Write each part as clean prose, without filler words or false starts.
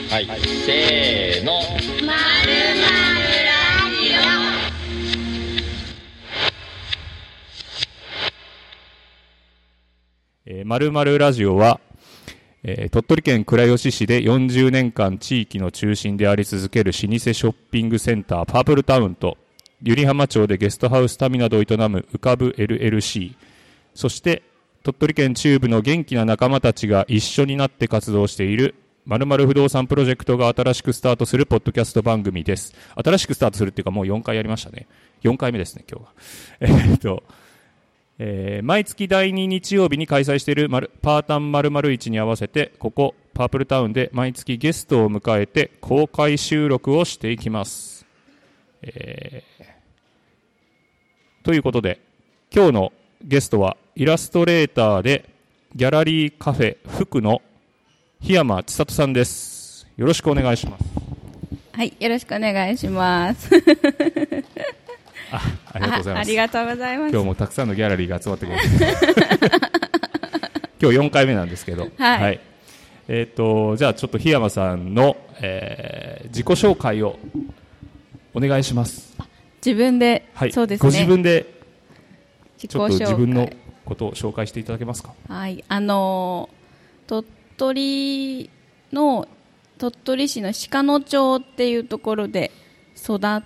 はい、せーの、まるラジオ。まるまるラジオは、鳥取県倉吉市で40年間地域の中心であり続ける老舗ショッピングセンターパープルタウンと、湯梨浜町でゲストハウスタミナドを営む浮かぶ LLC、そして鳥取県中部の元気な仲間たちが一緒になって活動しているまるまる不動産プロジェクトが新しくスタートするポッドキャスト番組です。新しくスタートするっていうかもう4回やりましたね。4回目ですね、今日は。毎月第2日曜日に開催しているパータン001に合わせて、ここパープルタウンで毎月ゲストを迎えて公開収録をしていきます。ということで、今日のゲストはイラストレーターでギャラリーカフェ福の檜山千里さんです。よろしくお願いします。 はい、よろしくお願いします。 ありがとうございます。 ありがとうございます。 今日もたくさんのギャラリーが集まってくれて今日4回目なんですけど、 はい、 はい、じゃあちょっと檜山さんの、自己紹介をお願いします。 自分で、 はい、 そうですね。 ご自分でちょっと自分のことを紹介していただけますか。 はい、鳥取市の鹿野町っていうところで育って、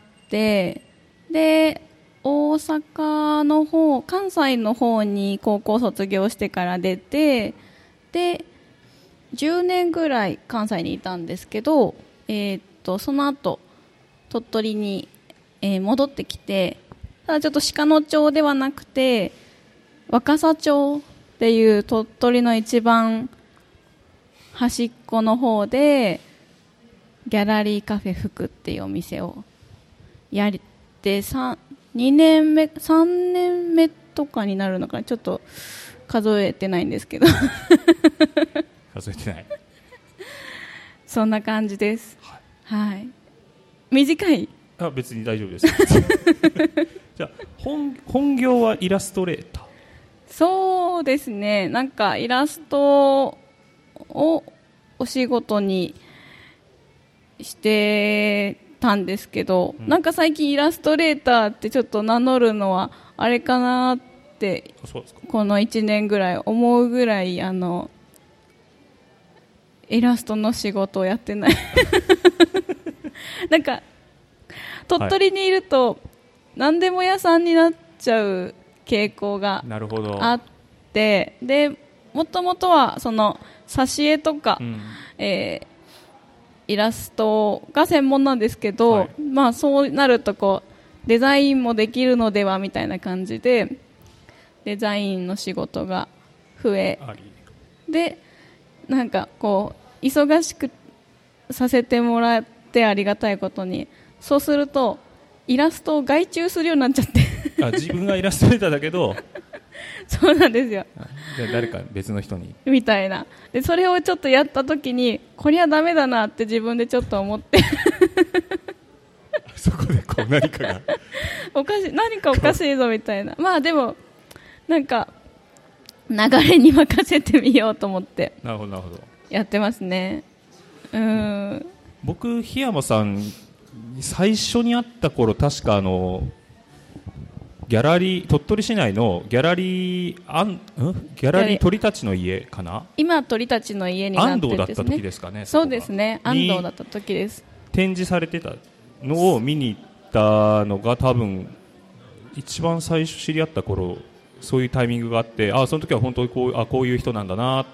で大阪の方、関西の方に高校卒業してから出て、で10年ぐらい関西にいたんですけど、その後鳥取に、戻ってきて、ただちょっと鹿野町ではなくて若狭町っていう鳥取の一番端っこの方でギャラリーカフェ福っていうお店をやって2年目3年目とかになるのかな、ちょっと数えてないんですけど数えてないそんな感じです。 はい、 はい、短い？ 別に大丈夫ですじゃあ本業はイラストレーター？ そうですね、なんかイラストをお仕事にしてたんですけど、なんか最近イラストレーターってちょっと名乗るのはあれかなってこの1年ぐらい思うぐらいイラストの仕事をやってないなんか鳥取にいると何でも屋さんになっちゃう傾向があって、でもともとはその挿絵とか、イラストが専門なんですけど、まあ、そうなるとこうデザインもできるのではみたいな感じでデザインの仕事が増え、でなんかこう忙しくさせてもらってありがたいことに、そうするとイラストを外注するようになっちゃって自分がイラストレーターだけどそうなんですよ。 じゃあ誰か別の人にみたいな。でそれをちょっとやった時にこりゃダメだなって自分でちょっと思ってそこでこう何かが何かおかしいぞみたいな。まあでもなんか流れに任せてみようと思ってなるほどなるほどやってますね。 僕檜山さん最初に会った頃、確かギャラリー鳥取市内のギャラリー鳥たちの家かな、 今鳥たちの家になってるんですね。 安藤だった時ですかね。 そうですね、安藤だった時です。 展示されてたのを見に行ったのが多分一番最初知り合った頃、そういうタイミングがあって、その時は本当にこういう人なんだなって。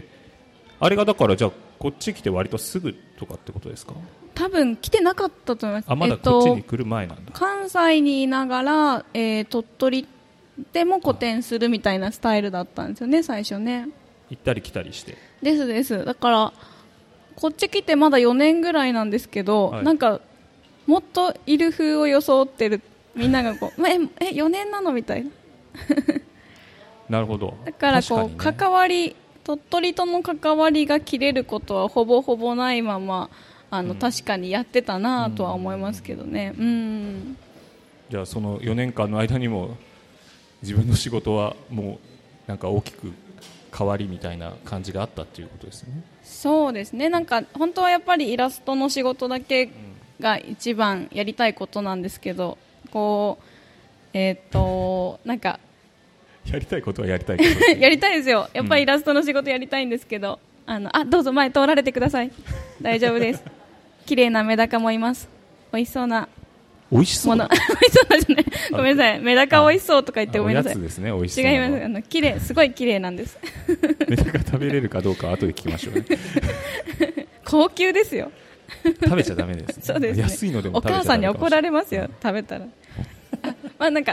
あれがだからじゃあこっち来て割とすぐとかってことですか？ 多分来てなかったと思います。 まだこっちに来る前なんだ。 関西にいながら、鳥取でも個展するみたいなスタイルだったんですよね、最初ね。 行ったり来たりしてです。だからこっち来てまだ4年ぐらいなんですけど、なんかもっといる風を装ってるみんながこう4年なのみたいななるほど。 だからこう、関わり鳥取との関わりが切れることはほぼほぼないまま確かにやってたなとは思いますけどね。 じゃあその4年間の間にも自分の仕事はもうなんか大きく変わりみたいな感じがあったっていうことですね。 そうですね、なんか本当はやっぱりイラストの仕事だけが一番やりたいことなんですけど、こうなんかやりたいことはやりたいことやりたいですよ、やっぱりイラストの仕事やりたいんですけど、どうぞ前通られてください大丈夫です綺麗なメダカもいます。美味しそうな美味しそうな美味しそうなじゃないごめんなさい、メダカ美味しそうとか言ってごめんなさい。 おやつですね、美味しそうな。 違います、綺麗、すごい綺麗なんですメダカ食べれるかどうかは後で聞きましょうね高級ですよ食べちゃダメです、ね、 そうですね、 安いのでも食べちゃダメかもしれない。 お母さんに怒られますよ、食べたらまあなんか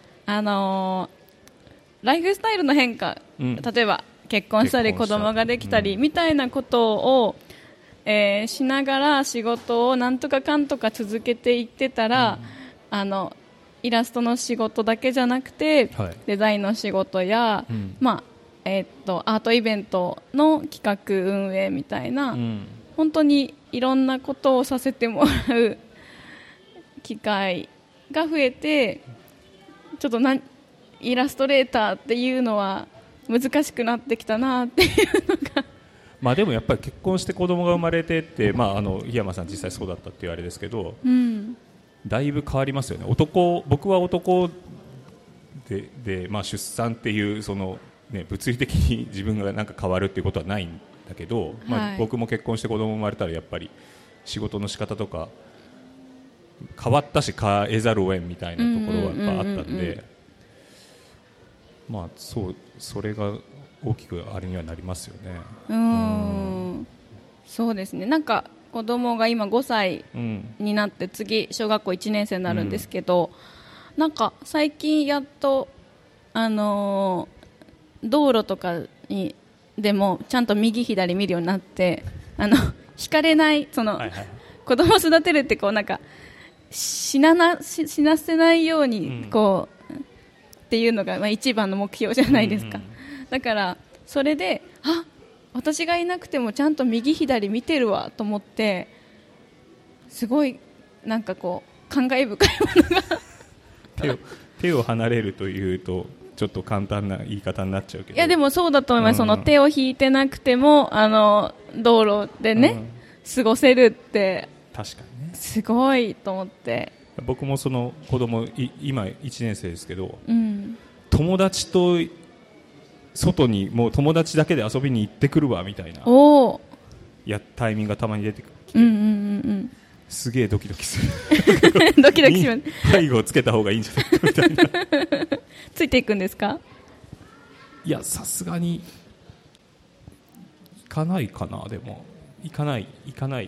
ライフスタイルの変化、例えば結婚したり子供ができたりみたいなことを、しながら仕事をなんとかかんとか続けていってたら、イラストの仕事だけじゃなくて、 はい、 デザインの仕事や、まあアートイベントの企画運営みたいな、本当にいろんなことをさせてもらう機会が増えて、ちょっとイラストレーターっていうのは難しくなってきたなっていうのがまあでもやっぱり結婚して子供が生まれてって、まあ、檜山さん実際そうだったっていうあれですけど、だいぶ変わりますよね。僕は男 で、まあ、出産っていうその、ね、物理的に自分がなんか変わるっていうことはないんだけど、まあ、僕も結婚して子供生まれたらやっぱり仕事の仕方とか変わったし変えざるを得んみたいなところはやっぱあったんで、まあそれが大きくあれにはなりますよね。 そうですね、なんか子供が今5歳になって次小学校1年生になるんですけど、なんか最近やっと道路とかにでもちゃんと右左見るようになって引かれないその、子供を育てるってこうなんか死なせないようにこう、っていうのがまあ一番の目標じゃないですか。だからそれで私がいなくてもちゃんと右左見てるわと思って、すごいなんかこう感慨深いものが手を離れるというとちょっと簡単な言い方になっちゃうけど、 いやでもそうだと思います。その手を引いてなくても道路でね、過ごせるって確かにね、 すごいと思って。 僕もその子供今1年生ですけど、友達と外にもう友達だけで遊びに行ってくるわみたいなタイミングがたまに出てきて、すげえドキドキするドキドキします背後をつけた方がいいんじゃないかみたいなついていくんですか？ いやさすがに行かないかな。でも行かないですよ。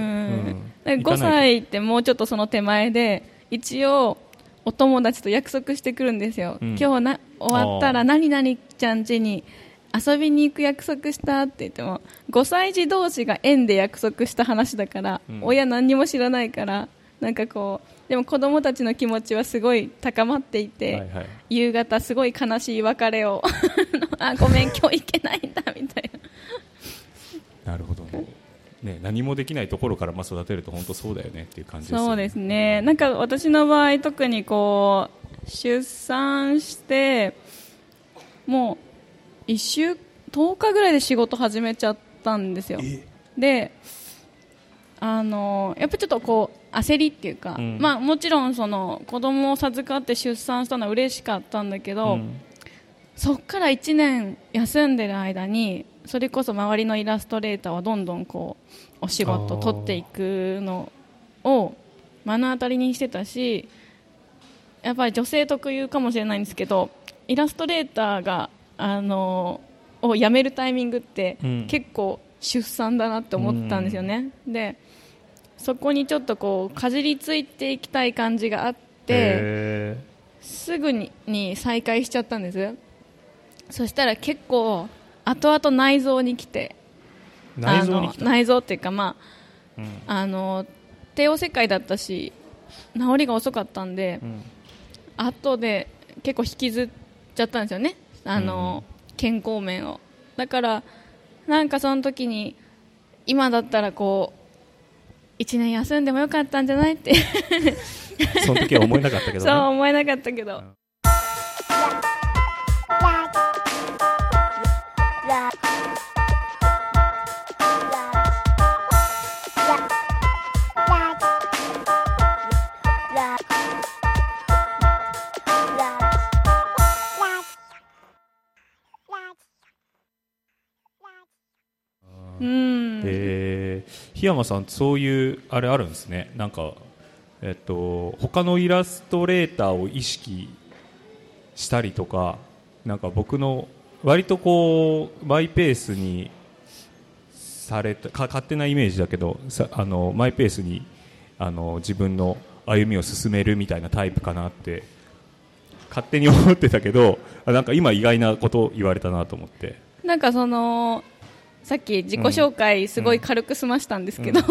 5歳ってもうちょっとその手前で一応お友達と約束してくるんですよ、今日終わったら何々ちゃん家に遊びに行く約束したって言っても5歳児同士が園で約束した話だから、親何にも知らないから、なんかこうでも子供たちの気持ちはすごい高まっていて、夕方すごい悲しい別れをごめん今日行けないんだみたいな。なるほどね、何もできないところから育てると本当そうだよねっていう感じですよね。 そうですね。なんか私の場合特にこう出産してもう10日ぐらいで仕事始めちゃったんですよ。でやっぱりちょっとこう焦りっていうか、まあ、もちろんその子供を授かって出産したのは嬉しかったんだけど、そっから1年休んでる間にそれこそ周りのイラストレーターはどんどんこうお仕事を取っていくのを目の当たりにしてたし、やっぱり女性特有かもしれないんですけど、イラストレーターがを辞めるタイミングって、結構出産だなって思ったんですよね。でそこにちょっとこうかじりついていきたい感じがあって、すぐに再開しちゃったんです。そしたら結構後々内臓に来て、内臓っていうか、まあ帝王切開だったし治りが遅かったんで、後で結構引きずっちゃったんですよね、健康面を。だからなんかその時に今だったらこう1年休んでもよかったんじゃないってその時は思えなかったけどね。 そう思えなかったけど、 檜山さんそういうあれあるんですね。なんか他のイラストレーターを意識したりとか、なんか僕の割とこうマイペースにされた勝手なイメージだけどマイペースに自分の歩みを進めるみたいなタイプかなって勝手に思ってたけど、なんか今意外なことを言われたなと思って。 なんかさっき自己紹介すごい軽く済ましたんですけど、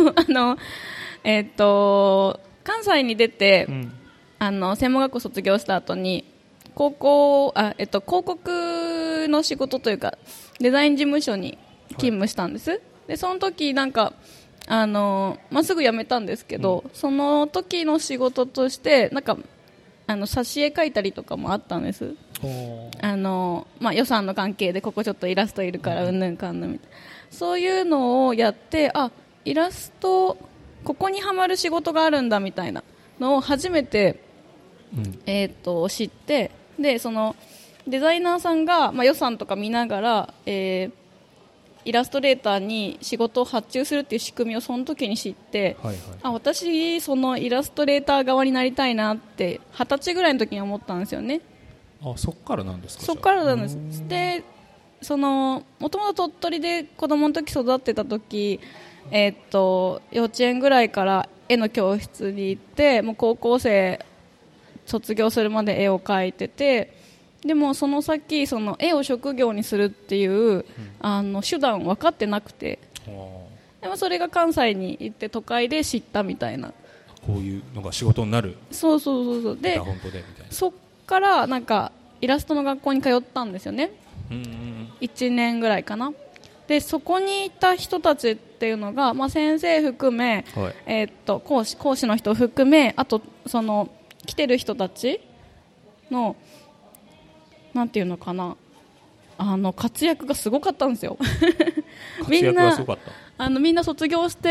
関西に出て、専門学校卒業した後に広告の仕事というかデザイン事務所に勤務したんです、でその時なんかすぐ辞めたんですけど、その時の仕事としてなんか挿絵描いたりとかもあったんです。予算の関係でここちょっとイラストいるからうんぬんかんぬんみたいな、そういうのをやって、イラストここにハマる仕事があるんだみたいなのを初めて、知って、でそのデザイナーさんが、予算とか見ながら、イラストレーターに仕事を発注するっていう仕組みをその時に知って、私そのイラストレーター側になりたいなって20歳ぐらいの時に思ったんですよね。 そっからなんですか。 そっからなんです。でもともと鳥取で子供の時育ってた時、幼稚園ぐらいから絵の教室に行って、もう高校生卒業するまで絵を描いてて、でもその先その絵を職業にするっていう、手段分かってなくて、でもそれが関西に行って都会で知ったみたいな、 こういうのが仕事になる。 そうで本当でみたいな。 そっからなんかイラストの学校に通ったんですよね、1年ぐらいかな。でそこにいた人たちっていうのが、先生含め、講師の人含め、あとその来てる人たちのなんていうのかな、活躍がすごかったんですよみんな卒業して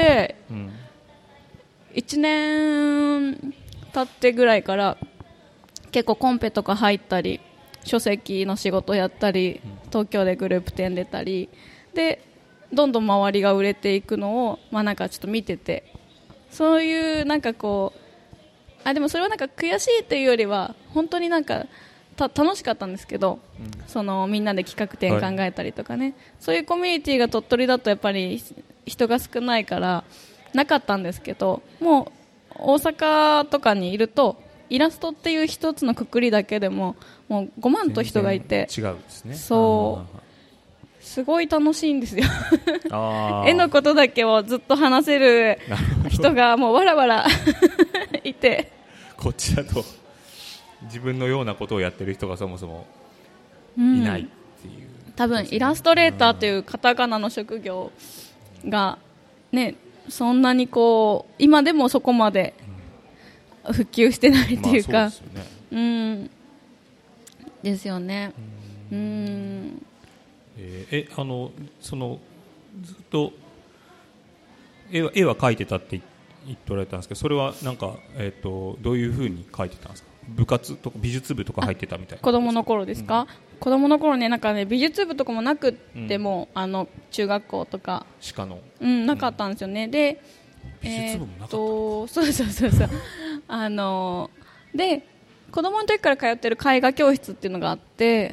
、1年経ってぐらいから結構コンペとか入ったり、書籍の仕事やったり、東京でグループ展出たりで、どんどん周りが売れていくのを、なんかちょっと見てて、そういうなんかこう、でもそれはなんか悔しいというよりは本当になんか楽しかったんですけど、そのみんなで企画展考えたりとかね、そういうコミュニティが鳥取だとやっぱり人が少ないからなかったんですけど、もう大阪とかにいるとイラストっていう一つのくくりだけでももう5万と人がいて、 違うんですね。 すごい楽しいんですよ絵のことだけをずっと話せる人がもうわらわらいて、 こっちだと自分のようなことをやってる人がそもそもいないっていう、 多分イラストレーターというカタカナの職業がね、そんなにこう今でもそこまで普及してないっていうか、ですよね。 そのずっと絵は描いてたって言っておられたんですけど、それはなんか、どういう風に描いてたんですか。部活とか美術部とか入ってたみたいな。 子供の頃ですか。子供の頃ね、なんかね、美術部とかもなくっても、中学校とかなかったんですよね。で美術部もなかった。 そうで子供の時から通ってる絵画教室っていうのがあって、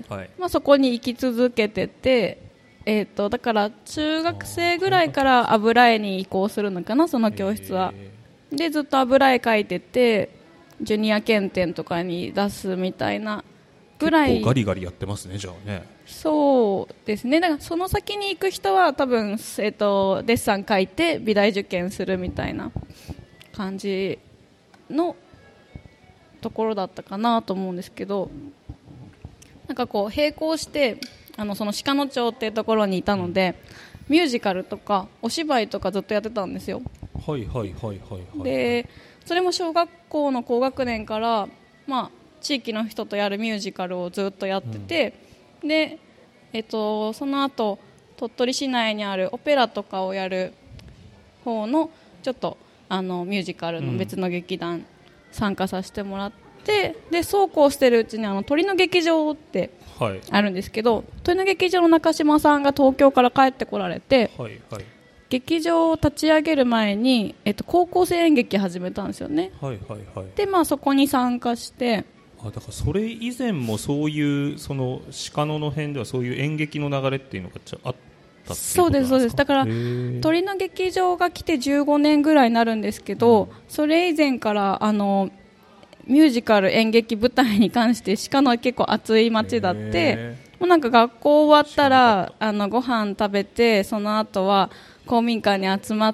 そこに行き続けてて、だから中学生ぐらいから油絵に移行するのかな、その教室は。でずっと油絵描いてて、ジュニア検定とかに出すみたいなぐらい。 結構ガリガリやってますね、じゃあね。 そうですね。だからその先に行く人は多分、デッサン描いて美大受験するみたいな感じのところだったかなと思うんですけど、なんかこう並行してその鹿野町っていうところにいたので、ミュージカルとかお芝居とかずっとやってたんですよ。でそれも小学校の高学年から、地域の人とやるミュージカルをずっとやってて、で、その後鳥取市内にあるオペラとかをやる方のちょっとミュージカルの別の劇団参加させてもらって、でそうこうしてるうちに鳥の劇場ってあるんですけど、鳥の劇場の中島さんが東京から帰ってこられて、 劇場を立ち上げる前に、高校生演劇始めたんですよね。 はいはいはい。 で、そこに参加して、 だからそれ以前もそういうその鹿野の辺ではそういう演劇の流れっていうのがあったっていうことなんですか？ そうですそうです。だから鳥の劇場が来て15年ぐらいになるんですけど、それ以前からミュージカル演劇舞台に関して鹿野は結構熱い街だって、もうなんか学校終わったらご飯食べて、その後は公民館に集まって、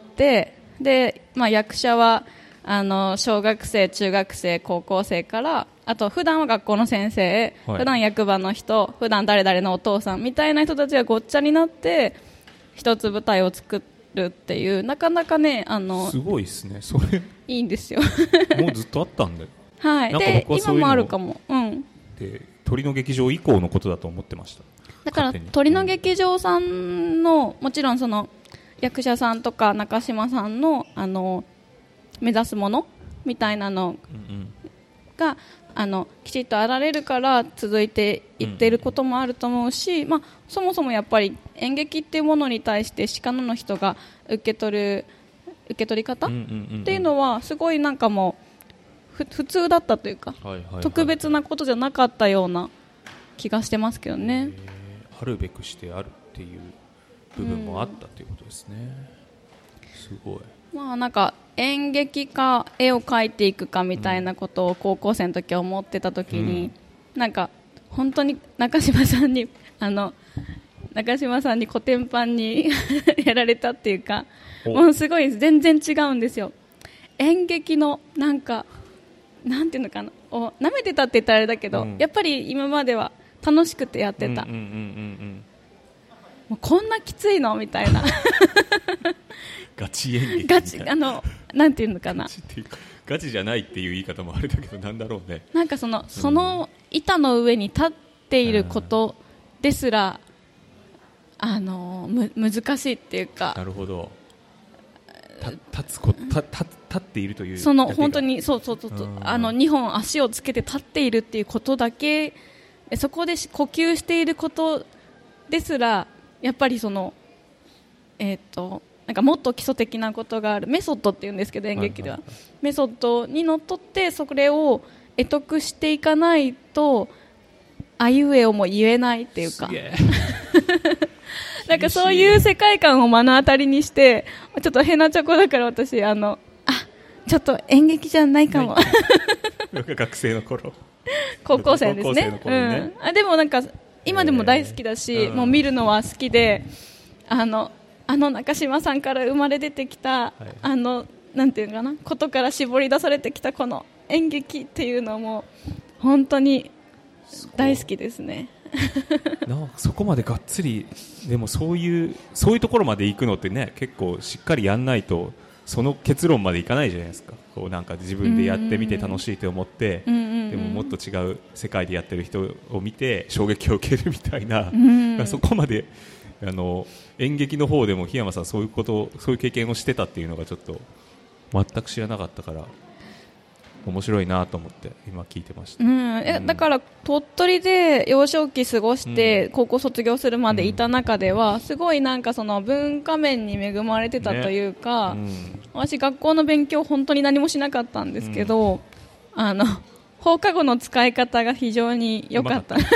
で、役者は小学生、中学生、高校生から、あと普段は学校の先生、 はい、 普段役場の人、普段誰々のお父さんみたいな人たちがごっちゃになって一つ舞台を作るっていう、なかなかねすごいですね。それいいんですよもうずっとあったんだよはい。で今もあるかも。 で鳥の劇場以降のことだと思ってました。 だから鳥の劇場さんのもちろんその役者さんとか中島さんの目指すものみたいなのが、きちっとあられるから続いていっていることもあると思うし、そもそもやっぱり演劇っていうものに対して鹿野の人が受け取り方っていうのはすごいなんかもう普通だったというか、特別なことじゃなかったような気がしてますけどね。 あるべくしてあるっていう部分もあったということですね。すごい。なんか演劇か絵を描いていくかみたいなことを高校生の時は思ってた時に、なんか本当に中島さんにコテンパンにやられたっていうか、もうすごい全然違うんですよ。演劇のなんていうのかな、舐めてたって言ったらあれだけど、やっぱり今までは楽しくてやってた。もうこんなきついのみたいなガチ演劇みたいな、 なんていうのかな、 ガチじゃないっていう言い方もあれだけど、なんだろうね。 なんかその板の上に立っていることですら難しいっていうか。 なるほど。立っているという本当にそう2本足をつけて立っているっていうことだけ、そこで呼吸していることですらやっぱりなんかもっと基礎的なことがあるメソッドっていうんですけど、演劇では、メソッドにのっとってそれを得得していかないとあいうえおも言えないっていうかなんかそういう世界観を目の当たりにして、ちょっとヘナチョコだから私ちょっと演劇じゃないかも学生の頃高校生ですね。でもなんか今でも大好きだし、もう見るのは好きで、中島さんから生まれ出てきた、なんていうかな、ことから絞り出されてきたこの演劇っていうのも本当に大好きですねなんかそこまでがっつり、でもそういうところまで行くのってね、結構しっかりやんないとその結論までいかないじゃないですか。こうなんか自分でやってみて楽しいと思って、でももっと違う世界でやってる人を見て衝撃を受けるみたいな、そこまで演劇の方でも檜山さんそういう経験をしてたっていうのがちょっと全く知らなかったから面白いなと思って今聞いてました。 だから鳥取で幼少期過ごして高校卒業するまでいた中では、すごいなんかその文化面に恵まれてたというか、私学校の勉強本当に何もしなかったんですけど、放課後の使い方が非常に良かった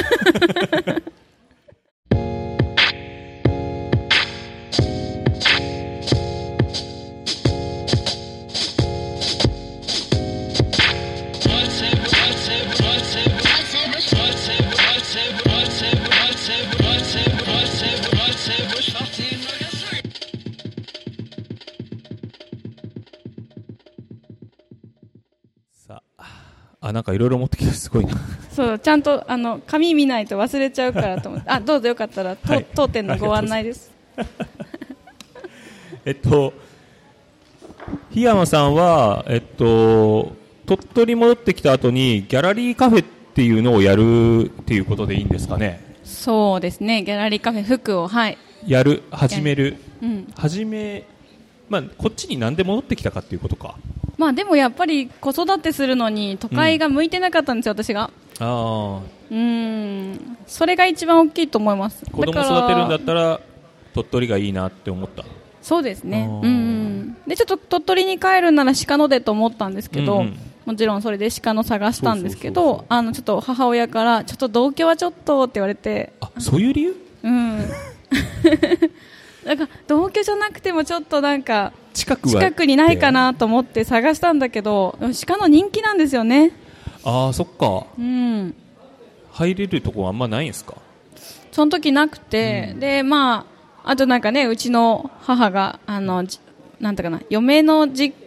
なんかいろいろ持ってきてすごいなそう、ちゃんと紙見ないと忘れちゃうからと思ってどうぞよかったら、当店のご案内です檜山さんは、鳥取戻ってきた後にギャラリーカフェっていうのをやるっていうことでいいんですかね。 そうですね、ギャラリーカフェ服を始める、こっちになんで戻ってきたかっていうことか。 でもやっぱり子育てするのに都会が向いてなかったんですよ、私が。それが一番大きいと思います。 子供育てるんだったら鳥取がいいなって思った。 そうですね。 あーうんうん。で、ちょっと鳥取に帰るなら鹿野でと思ったんですけど、 うんうんもちろんそれで鹿野探したんですけそうそうそうど、ちょっと母親から、ちょっと同居はちょっとって言われて、 あ、そういう理由？ うん。なんか同居じゃなくてもちょっとなんか近くにないかなと思って探したんだけど、鹿野人気なんですよね。 ああ、そっか。 うん。 入れるとこあんまないんですか？ その時なくて、で、まあ、あとなんかね、うちの母が、なんていうかな、嫁の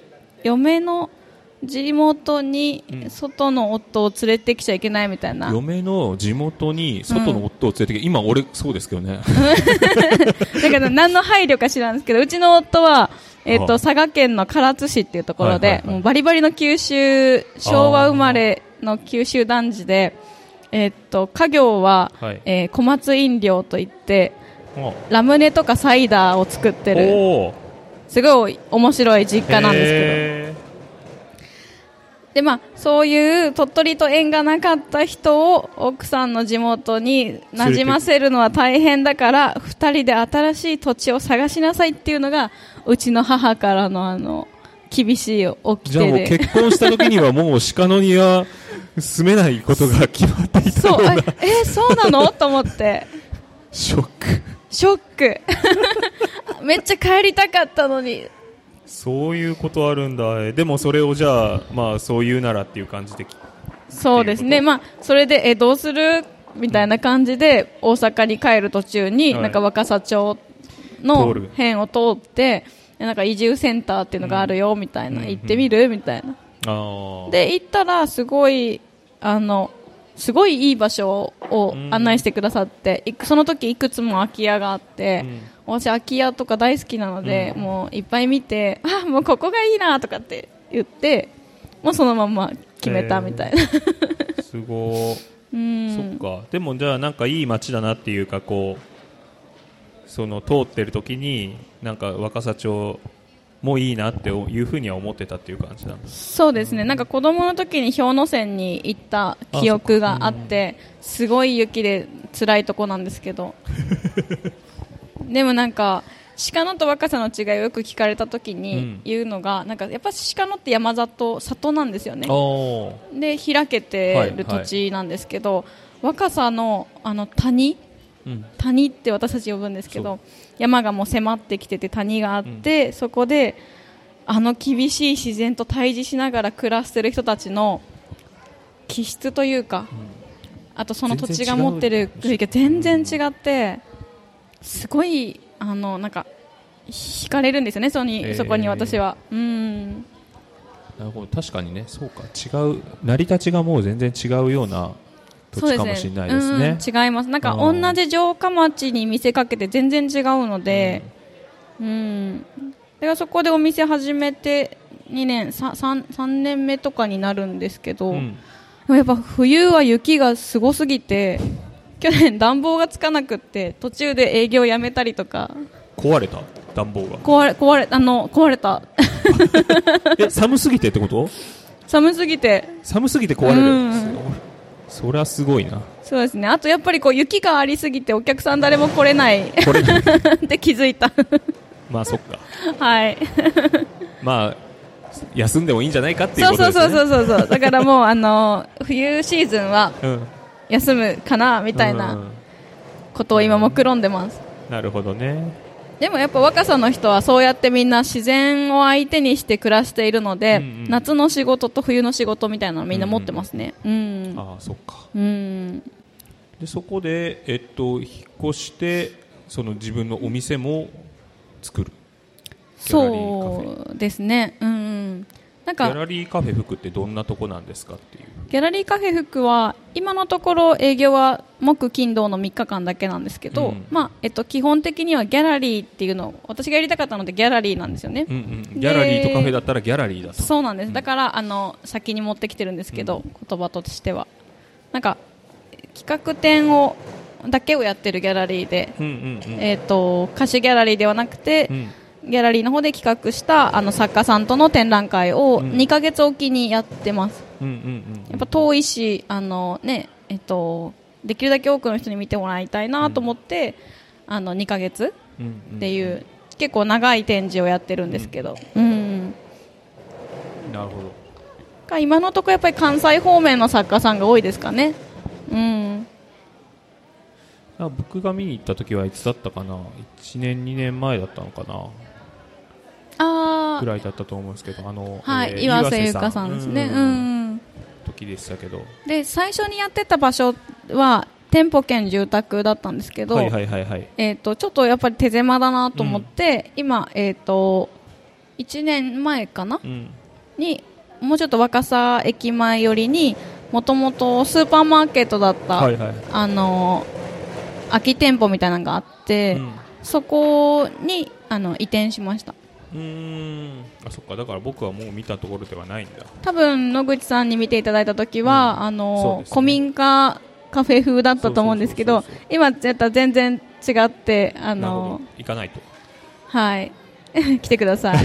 地元に外の夫を連れてきちゃいけないみたいな。 嫁の地元に外の夫を連れてきて、今俺そうですけどね。 だから何の配慮か知らんですけど、うちの夫は、佐賀県の唐津市っていうところで、 はいはいはいもうバリバリの九州、昭和生まれの九州男児で、家業は、 はい小松飲料といって、 あラムネとかサイダーを作ってる、 おーすごい面白い実家なんですけへど。で、まあ、そういう鳥取と縁がなかった人を奥さんの地元に馴染ませるのは大変だから、二人で新しい土地を探しなさいっていうのが、うちの母からの厳しいーじゃあもう掟で。 結婚した時にはもう鹿野には住めないことが決まっていたよそうう、 な。 そうなのと思って。 ショック。 ショック。めっちゃ帰りたかったのに。 そういうことあるんだ。でもそれをじゃあ、まあそう言うならっていう感じで。 そうですね。まあ、それで、どうするみたいな感じで、大阪に帰る途中に、 はいなんか若狭町の通る辺を通って、なんか移住センターっていうのがあるよ、みたいな。行ってみるみたいな。 ああ。 で、行ったら、すごいいい場所を案内してくださって、その時いくつも空き家があって、私空き家とか大好きなので、もういっぱい見て、もうここがいいなとかって言って、もうそのまま決めたみたいな。 すごー。そっか。でもじゃあなんかいい街だなっていうか、こうその通ってる時になんか若狭町もいいなっていうふうには思ってたっていう感じなんです。 そうですね。なんか子供の時に氷ノ山に行った記憶があって、すごい雪で辛いとこなんですけど。でもなんか鹿野と若狭の違いをよく聞かれた時に言うのが、なんかやっぱ鹿野って山里なんですよね。で開けてる土地なんですけど、若狭の谷って私たち呼ぶんですけど、山がもう迫ってきてて谷があって、そこで厳しい自然と対峙しながら暮らしてる人たちの気質というか、あとその土地が持ってる雰囲気が全然違って、すごいなんか惹かれるんですよね、そこに私は。 なるほど。確かにね、そうか。違う成り立ちがもう全然違うような土地かもしれないですね。 違います。なんか同じ城下町に見せかけて全然違うので、でそこでお店始めて3年目とかになるんですけど、でもやっぱ冬は雪がすごすぎて、去年暖房がつかなくって途中で営業やめたりとか。 壊れた暖房が壊れた。 寒すぎてってこと？ 寒すぎて壊れる。それはすごいな。 そうですね。あとやっぱり雪がありすぎてお客さん誰も来れないって気づいた。 まあそっか。 はい。 まあ休んでもいいんじゃないかっていうことですね。 そう。だからもう冬シーズンは休むかなみたいなことを今目論んでます。 なるほどね。 でもやっぱ若狭の人はそうやってみんな自然を相手にして暮らしているので、夏の仕事と冬の仕事みたいなのみんな持ってますね。 ああ、そっか。 でそこで引っ越してその自分のお店も作る。 そうですね。なんかギャラリーカフェ福ってどんなとこなんですかっていう。 ギャラリーカフェ福は今のところ営業は木金土の3日間だけなんですけど、基本的にはギャラリーっていうのを私がやりたかったのでギャラリーなんですよね。 ギャラリーとカフェだったらギャラリーだと。 そうなんです。だから先に持ってきてるんですけど、言葉としてはなんか企画展だけをやってるギャラリーで、貸しギャラリーではなくて、ギャラリーの方で企画した作家さんとの展覧会を2ヶ月おきにやってます。やっぱ遠いしできるだけ多くの人に見てもらいたいなと思って、2ヶ月っていう結構長い展示をやってるんですけど、うん、 なるほど。 今のところやっぱり関西方面の作家さんが多いですかね。うん、 僕が見に行った時はいつだったかな、1年2年前だったのかなぐらいだったと思うんですけど、 はい、岩瀬ゆかさんですね。うん、 時でしたけど、 で最初にやってた場所は店舗兼住宅だったんですけど、 はいはいはいはい、 ちょっとやっぱり手狭だなと思って、今、1年前かな、にもうちょっと若狭駅前寄りにもともとスーパーマーケットだった、はいはい、空き店舗みたいなのがあって、そこに移転しました。 あ、そっか、だから僕はもう見たところではないんだ。 多分野口さんに見ていただいた時は、ね、古民家カフェ風だったと思うんですけど、今全然違って行かないと、 はい来てください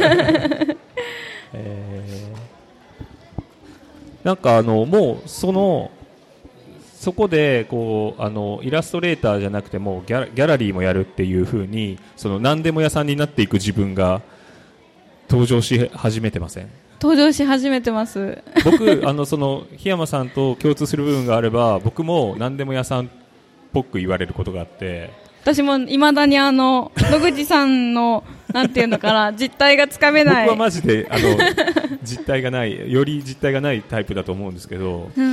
なんかもうそこでこうイラストレーターじゃなくてもギャラリーもやるっていう風に何でも屋さんになっていく自分が登場し始めてません？ 登場し始めてます。 僕檜山さんと共通する部分があれば、僕も何でも屋さんっぽく言われることがあって、 私も未だに野口さんのなんていうのかな実態がつかめない。 僕はマジで実態がない、より実態がないタイプだと思うんですけど、うん、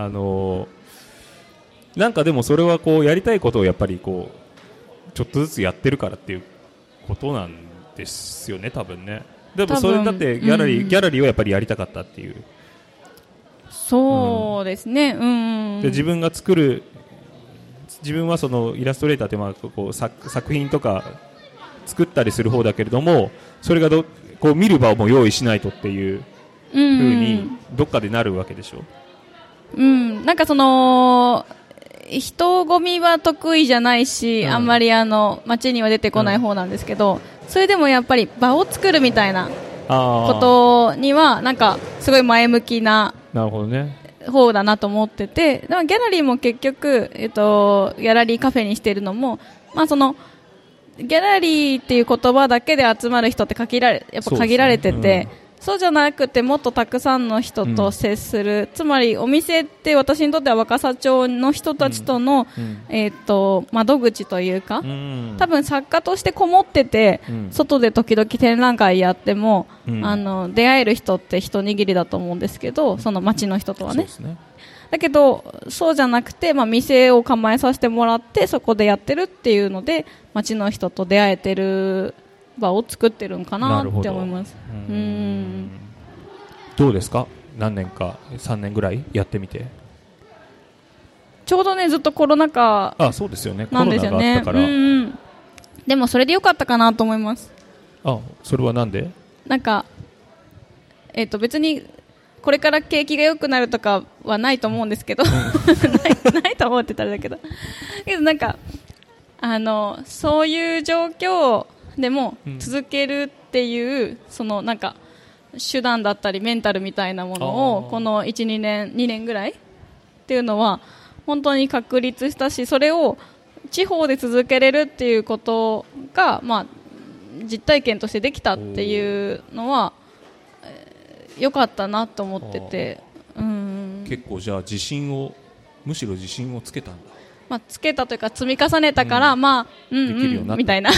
なんかでもそれはこうやりたいことをやっぱりこうちょっとずつやってるからっていうことなんですよね、多分ね。でもそれだってギャラリーをやっぱりやりたかったっていう。 そうですね、 で自分が作る、自分はそのイラストレーターってこう作品とか作ったりする方だけれども、それがこう見る場をも用意しないとっていう風にどっかでなるわけでしょ。 なんか人混みは得意じゃないし、あんまり街には出てこない方なんですけど、それでもやっぱり場を作るみたいなことにはなんかすごい前向きな方だなと思ってて、でもギャラリーも結局、ギャラリーカフェにしているのも、ギャラリーっていう言葉だけで集まる人って限られてて、そうじゃなくてもっとたくさんの人と接する、つまりお店って私にとっては若狭町の人たちとの、窓口というか、多分作家としてこもってて、外で時々展覧会やっても、出会える人って一握りだと思うんですけど、その町の人とはね。だけどそうじゃなくて、店を構えさせてもらってそこでやってるっていうので町の人と出会えてる場を作ってるんかなって思います。 どうですか、何年か3年ぐらいやってみて。 ちょうどねずっとコロナ禍そうですよね、 なんですよね。 コロナがあったから、 でもそれでよかったかなと思います。 それはなんで？ なんか、別にこれから景気が良くなるとかはないと思うんですけどないと思ってたらだけどなんかそういう状況でも続けるっていう、なんか手段だったりメンタルみたいなものをこの 1,2 年2年ぐらいっていうのは本当に確立したし、それを地方で続けれるっていうことが、実体験としてできたっていうのは良かったなと思ってて、 結構じゃあむしろ自信をつけたんだ。 つけたというか積み重ねたから、できるようになったみたいな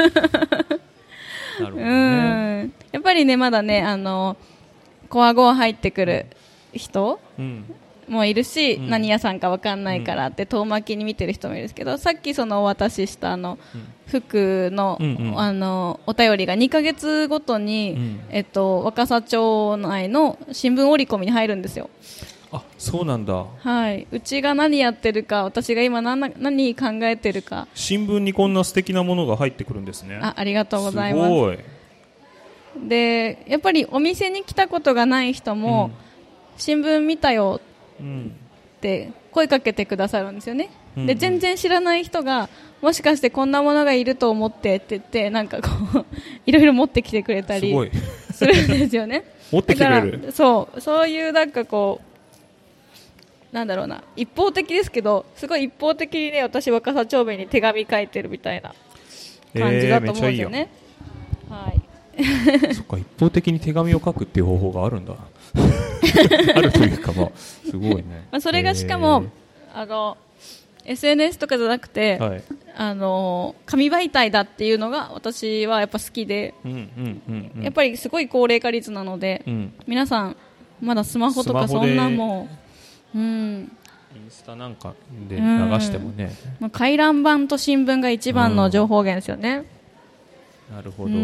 なるほどね。やっぱりねまだねコアゴ入ってくる人もいるし、何屋さんか分かんないからって遠巻きに見てる人もいるんですけど、さっきお渡しした服の、お便りが2ヶ月ごとに、若狭町内の新聞折り込みに入るんですよ。 そうなんだ。 はい、うちが何やってるか、私が今何考えてるか。 新聞にこんな素敵なものが入ってくるんですね。 ありがとうございます。 すごい。でやっぱりお店に来たことがない人も、新聞見たよって声かけてくださるんですよね。で全然知らない人がもしかしてこんなものがいると思ってって言ってなんかこういろいろ持ってきてくれたりするんですよね。 持ってきてくれる。 そういうなんかこうなんだろうな、一方的ですけどすごい一方的にね、私若狭町民に手紙書いてるみたいな感じだと思うんですよね。はい。 そっか、一方的に手紙を書くっていう方法があるんだ。あるというか、まあ、すごいね。 まあそれがしかも、SNS とかじゃなくて、 はい、 紙媒体だっていうのが私はやっぱ好きで、やっぱりすごい高齢化率なので、皆さんまだスマホとかそんなもう、インスタなんかで流してもね、 回覧板と新聞が一番の情報源ですよね。 なるほど。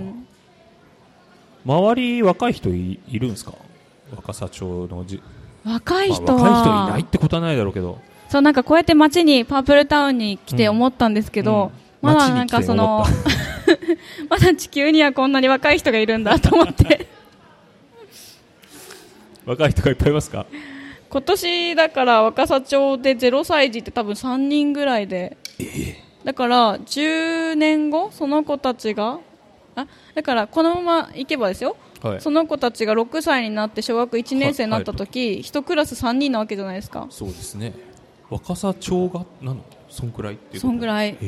周り若い人いるんですか？若狭町の若い人は、 若い人いないってことはないだろうけど、 そう、なんかこうやって街にパープルタウンに来て思ったんですけど、まだなんかそのまだ地球にはこんなに若い人がいるんだと思って若い人がいっぱいいますか？ 今年だから若狭町で0歳児って多分3人ぐらいで、だから10年後その子たちがだからこのまま行けばですよ、はい、その子たちが6歳になって小学1年生になった時、1クラス3人なわけじゃないですか。 そうですね。若狭町がそんくらいっていうそんぐらい、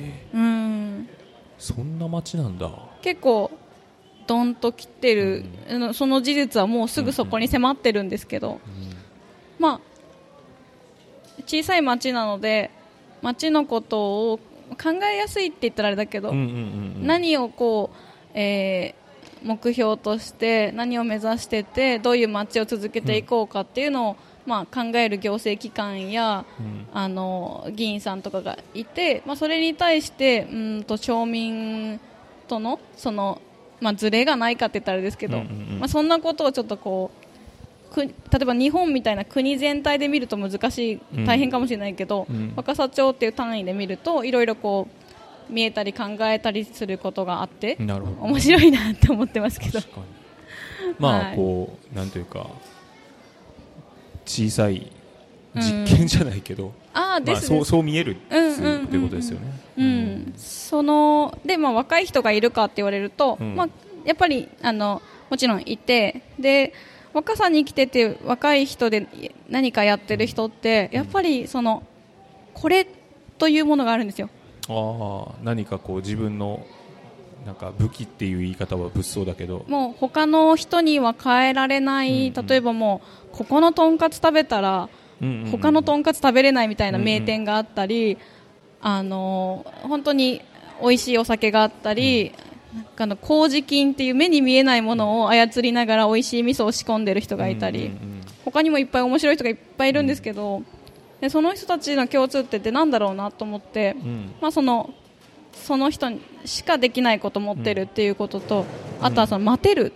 そんな町なんだ。 結構ドンと来てる、その事実はもうすぐそこに迫ってるんですけど、まあ小さい町なので町のことを考えやすいって言ったらあれだけど、何をこう、目標として何を目指しててどういう町を続けていこうかっていうのを、まあ、考える行政機関や、議員さんとかがいて、まあ、それに対して町民とのその、まあ、ズレがないかって言ったらあれですけど、まあ、そんなことをちょっとこう例えば日本みたいな国全体で見ると難しい、大変かもしれないけど、若狭町っていう単位で見るといろいろこう見えたり考えたりすることがあって面白いなって思ってますけど、 まあこうなんというか小さい実験じゃないけど、そう見えるっていうことですよね。 そので、まあ、若い人がいるかって言われると、まあ、やっぱりもちろんいて、で若さに来てて若い人で何かやってる人ってやっぱりそのこれというものがあるんですよ。 何かこう自分のなんか武器っていう言い方は物騒だけど、 もう他の人には変えられない、例えばもうここのとんかつ食べたら他のとんかつ食べれないみたいな名店があったり、本当に美味しいお酒があったり、麹菌っていう目に見えないものを操りながら美味しい味噌を仕込んでる人がいたり、他にもいっぱい面白い人がいっぱいいるんですけど、でその人たちの共通点ってなんだろうなと思って、まあ、その人しかできないことを持ってるっていうことと、あとはその待てる、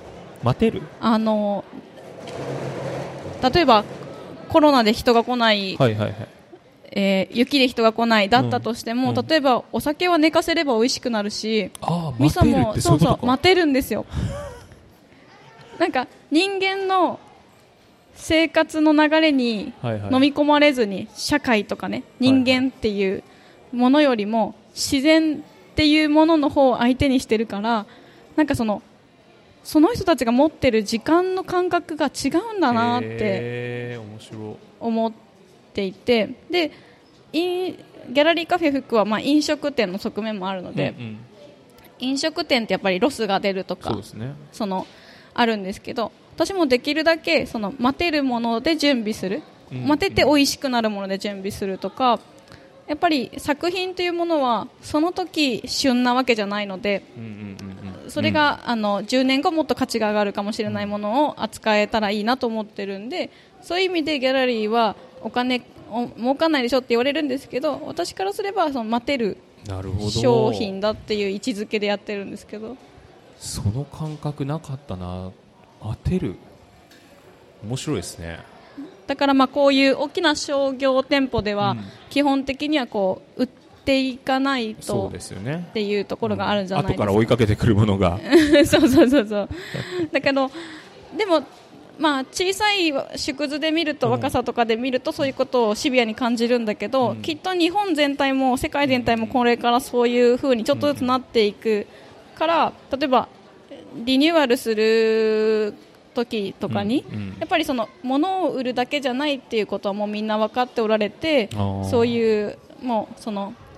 例えばコロナで人が来ない、雪で人が来ないだったとしても、例えばお酒は寝かせれば美味しくなるし、味噌もそう待てるんですよ。なんか人間の生活の流れに飲み込まれずに、社会とかね、人間っていうものよりも自然っていうものの方を相手にしてるから、なんかその人たちが持ってる時間の感覚が違うんだなって思っていて、でギャラリーカフェ福はまあ飲食店の側面もあるので、飲食店ってやっぱりロスが出るとか、あるんですけど、私もできるだけその待てるもので準備する、待てて美味しくなるもので準備するとか、やっぱり作品というものはその時旬なわけじゃないので、それが10年後もっと価値が上がるかもしれないものを扱えたらいいなと思ってるんで、そういう意味でギャラリーはお金儲かんないでしょって言われるんですけど、私からすればその待てる商品だっていう位置づけでやってるんですけど。 その感覚なかったな。待てる、面白いですね。 だからまあこういう大きな商業店舗では基本的にはこう売っていかないとっていうところがあるんじゃないですか。 後から追いかけてくるものがそうだけどでもまあ小さい縮図で見ると、若さとかで見るとそういうことをシビアに感じるんだけど、きっと日本全体も世界全体もこれからそういう風にちょっとずつなっていくから、例えばリニューアルする時とかに、やっぱりその物を売るだけじゃないっていうことはもうみんな分かっておられて、そういうもうその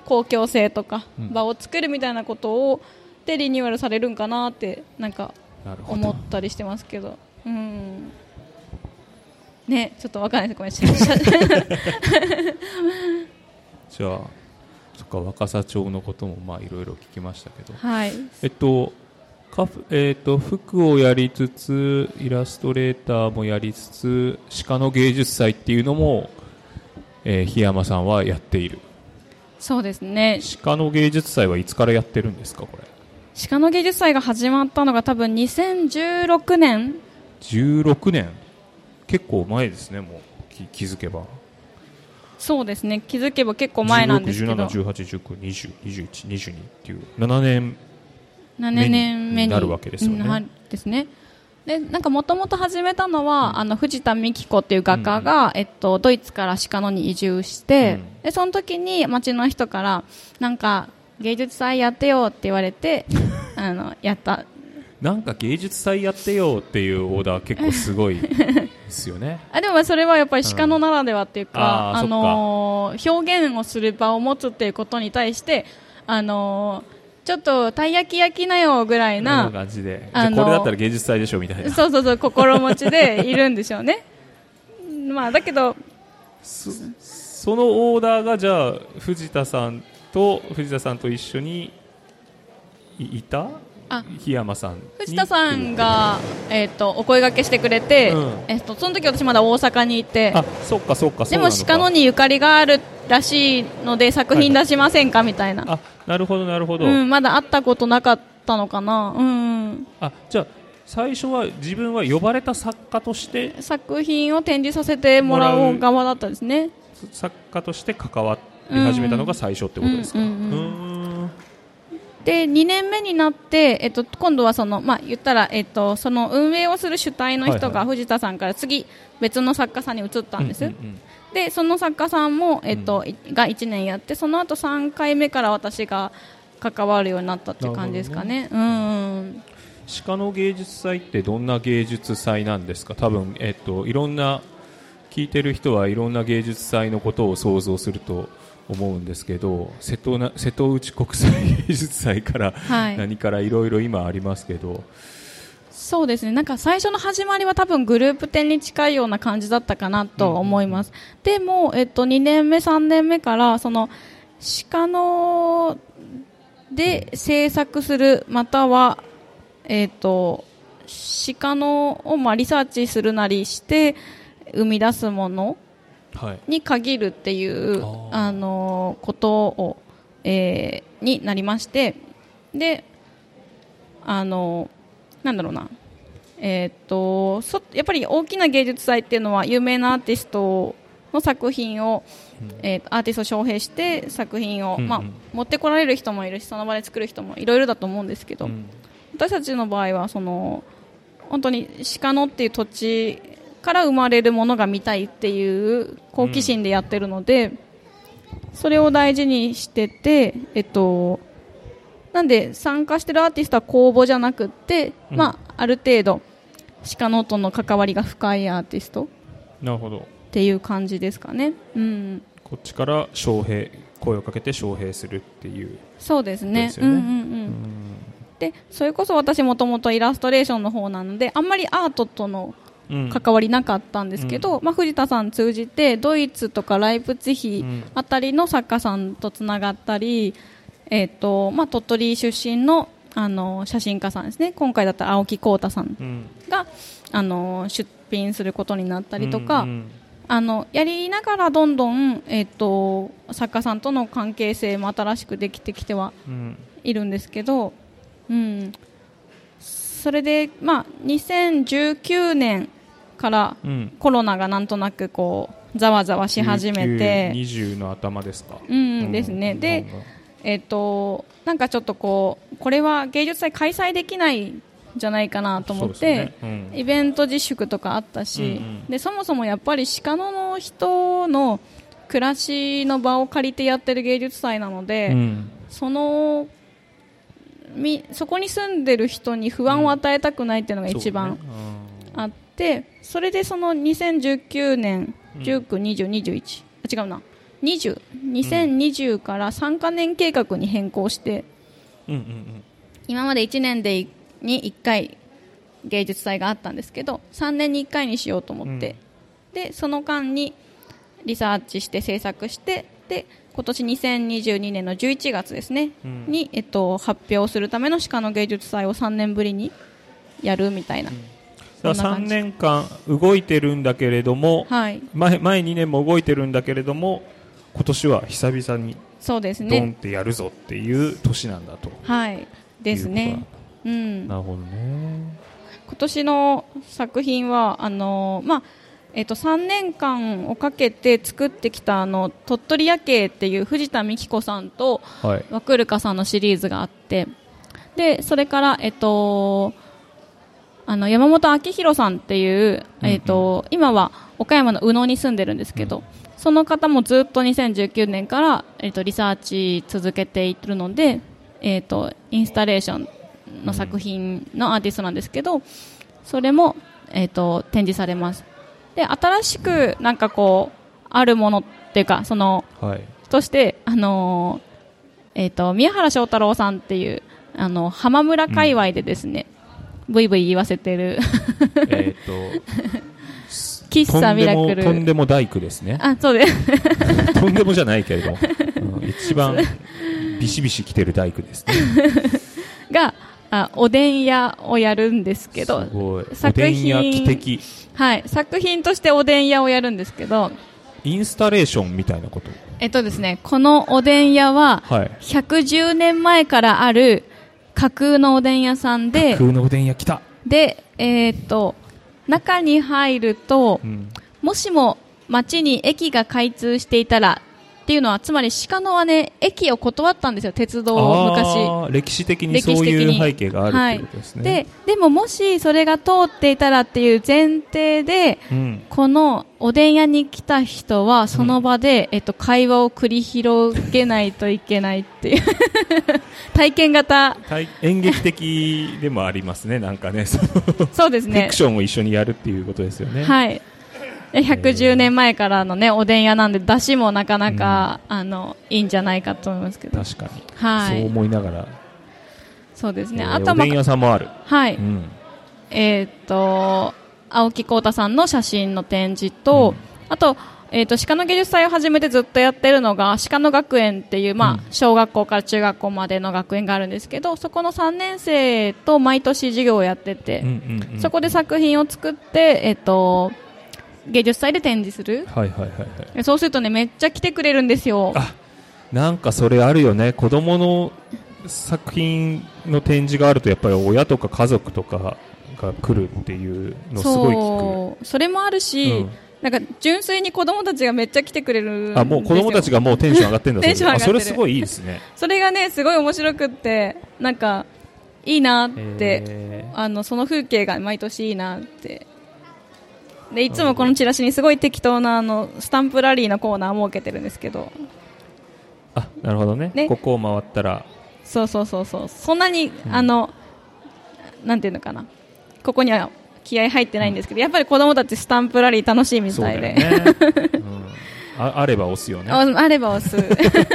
公共性とか、 うん場を作るみたいなことをでリニューアルされるんかなってなんかなるほど。 思ったりしてますけど、ね、ちょっとわかんないですごめんなさいじゃあそっか、若狭町のこともまあいろいろ聞きましたけど、 はい、 服をやりつつイラストレーターもやりつつ鹿の芸術祭っていうのも、檜山さんはやっている。 そうですね。 鹿の芸術祭はいつからやってるんですか？これ鹿の芸術祭が始まったのが多分2016年。 16年、結構前ですね。もう気づけば。 そうですね、気づけば結構前なんですけど、 16、17、18、19、20、21、22っていう7年目になるわけですよね。 ですね。でなんかもともと始めたのは、藤田美紀子っていう画家が、ドイツから鹿野に移住して、でその時に町の人からなんか芸術祭やってよって言われてやったなんか芸術祭やってよっていうオーダー結構すごいですよねでもそれはやっぱり鹿野ならではっていうか、 そっか表現をする場を持つっていうことに対してちょっとたい焼き焼きなよぐらいな感じで、じゃあこれだったら芸術祭でしょみたいな、 そう心持ちでいるんでしょうねまあだけどそのオーダーがじゃあ藤田さんと一緒にいた檜山さん、 藤田さんが、お声掛けしてくれて、その時私まだ大阪にいて、 そっかでも鹿野にゆかりがあるらしいので作品出しませんか、みたいな。 なるほどなるほど、 まだ会ったことなかったのかな。 じゃあ最初は自分は呼ばれた作家として作品を展示させてもらう側だったですね。 作家として関わり始めたのが最初ってことですか？ で2年目になって、今度は言ったら、その運営をする主体の人が藤田さんから次別の作家さんに移ったんです、でその作家さんも、が1年やって、その後3回目から私が関わるようになったっていう感じですかね。 鹿の芸術祭ってどんな芸術祭なんですか？多分、いろんな聞いてる人はいろんな芸術祭のことを想像すると思うんですけど、瀬戸内国際芸術祭から何からいろいろ今ありますけど、 そうですね、なんか最初の始まりは多分グループ展に近いような感じだったかなと思います、でも、2年目3年目からその鹿野で制作する、または、鹿野をリサーチするなりして生み出すものに限るっていう、ことを、になりまして、でなんだろうな、やっぱり大きな芸術祭っていうのは有名なアーティストの作品を、アーティストを招聘して作品を、持ってこられる人もいるし、その場で作る人もいろいろだと思うんですけど、私たちの場合は本当に鹿野っていう土地から生まれるものが見たいっていう好奇心でやってるので、それを大事にしてて、なんで参加してるアーティストは公募じゃなくって、ある程度鹿野との関わりが深いアーティストっていう感じですかね。 こっちから声をかけて招聘するっていう、 そうですね。でそれこそ私もともとイラストレーションの方なので、あんまりアートとの関わりなかったんですけど、藤田さん通じてドイツとかライプツィヒあたりの作家さんとつながったり、鳥取出身の、写真家さんですね、今回だったら青木浩太さんが、出品することになったりとか、やりながらどんどん、作家さんとの関係性も新しくできてきてはいるんですけど、それで、2019年からコロナがなんとなくこうざわざわし始めて、 20の頭ですか？ ですね。で、なんかちょっとこれは芸術祭開催できないんじゃないかなと思って、イベント自粛とかあったし、でそもそもやっぱり鹿野の人の暮らしの場を借りてやってる芸術祭なので、そこに住んでる人に不安を与えたくないっていうのが一番あって、それでその2019年、19、20、21違うな 2020から3カ年計画に変更して、今まで1年に1回芸術祭があったんですけど、3年に1回にしようと思って、でその間にリサーチして制作して、で今年2022年の11月ですね、に、発表するための鹿の芸術祭を3年ぶりにやるみたいな、 3年間動いてるんだけれども、 はい、 前2年も動いてるんだけれども、今年は久々にそうですね、 ドンってやるぞっていう年なんだと。 はいですね。 なるほどね。 今年の作品は3年間をかけて作ってきた鳥取夜景っていう藤田美紀子さんとワクルカさんのシリーズがあって、でそれから、山本明宏さんっていう、今は岡山の宇野に住んでるんですけど、その方もずっと2019年から、リサーチ続けているので、インスタレーションの作品のアーティストなんですけど、それも、展示されます。で新しくなんかこうあるものっていうかとして宮原翔太郎さんっていう浜村界隈でですね、ブイブイ言わせてる喫茶ミラクルとんでも大工ですね。 あ、そうですとんでもじゃないけれど、一番ビシビシ来てる大工ですねがおでん屋をやるんですけど、 すごいおでん屋汽笛、 はい、作品としておでん屋をやるんですけど、 インスタレーションみたいなこと。 ですね、このおでん屋は110年前からある架空のおでん屋さんで、 架空のおでん屋来た。 で、中に入ると、もしも町に駅が開通していたらっていうのは、つまり鹿野はね、駅を断ったんですよ、鉄道を昔。 歴史的にそういう背景があるということですね。 はい、でももしそれが通っていたらっていう前提で、このおでん屋に来た人はその場で、会話を繰り広げないといけないっていう体験型演劇的でもありますね、なんかねそうですね、 フィクションを一緒にやるっていうことですよね。 はい、110年前からのねおでん屋なんで、出汁もなかなか、いいんじゃないかと思いますけど。 確かに、 はい、 そう思いながら。 そうですね、あとおでん屋さんもある。 はい、青木浩太さんの写真の展示と、あと、鹿の芸術祭を始めてずっとやってるのが鹿の学園っていう、小学校から中学校までの学園があるんですけど、そこの3年生と毎年授業をやってて、そこで作品を作って、芸術祭で展示する。そうするとね、めっちゃ来てくれるんですよ。 なんかそれあるよね。子供の作品の展示があると、やっぱり親とか家族とかが来るっていうのすごい聞く。 それもあるし、なんか純粋に子供たちがめっちゃ来てくれるんですよ。 もう子供たちがもうテンション上がってるんだ。 テンション上がってる。 それすごいいいですね。 それがね、すごい面白くって、なんかいいなって、その風景が毎年いいなって。でいつもこのチラシにすごい適当なスタンプラリーのコーナーを設けてるんですけど。 なるほど ね。ここを回ったら、 そうそんなに、なんていうのかな、ここには気合入ってないんですけど、やっぱり子供たちスタンプラリー楽しいみたいで、 あれば押すよね。 あれば押す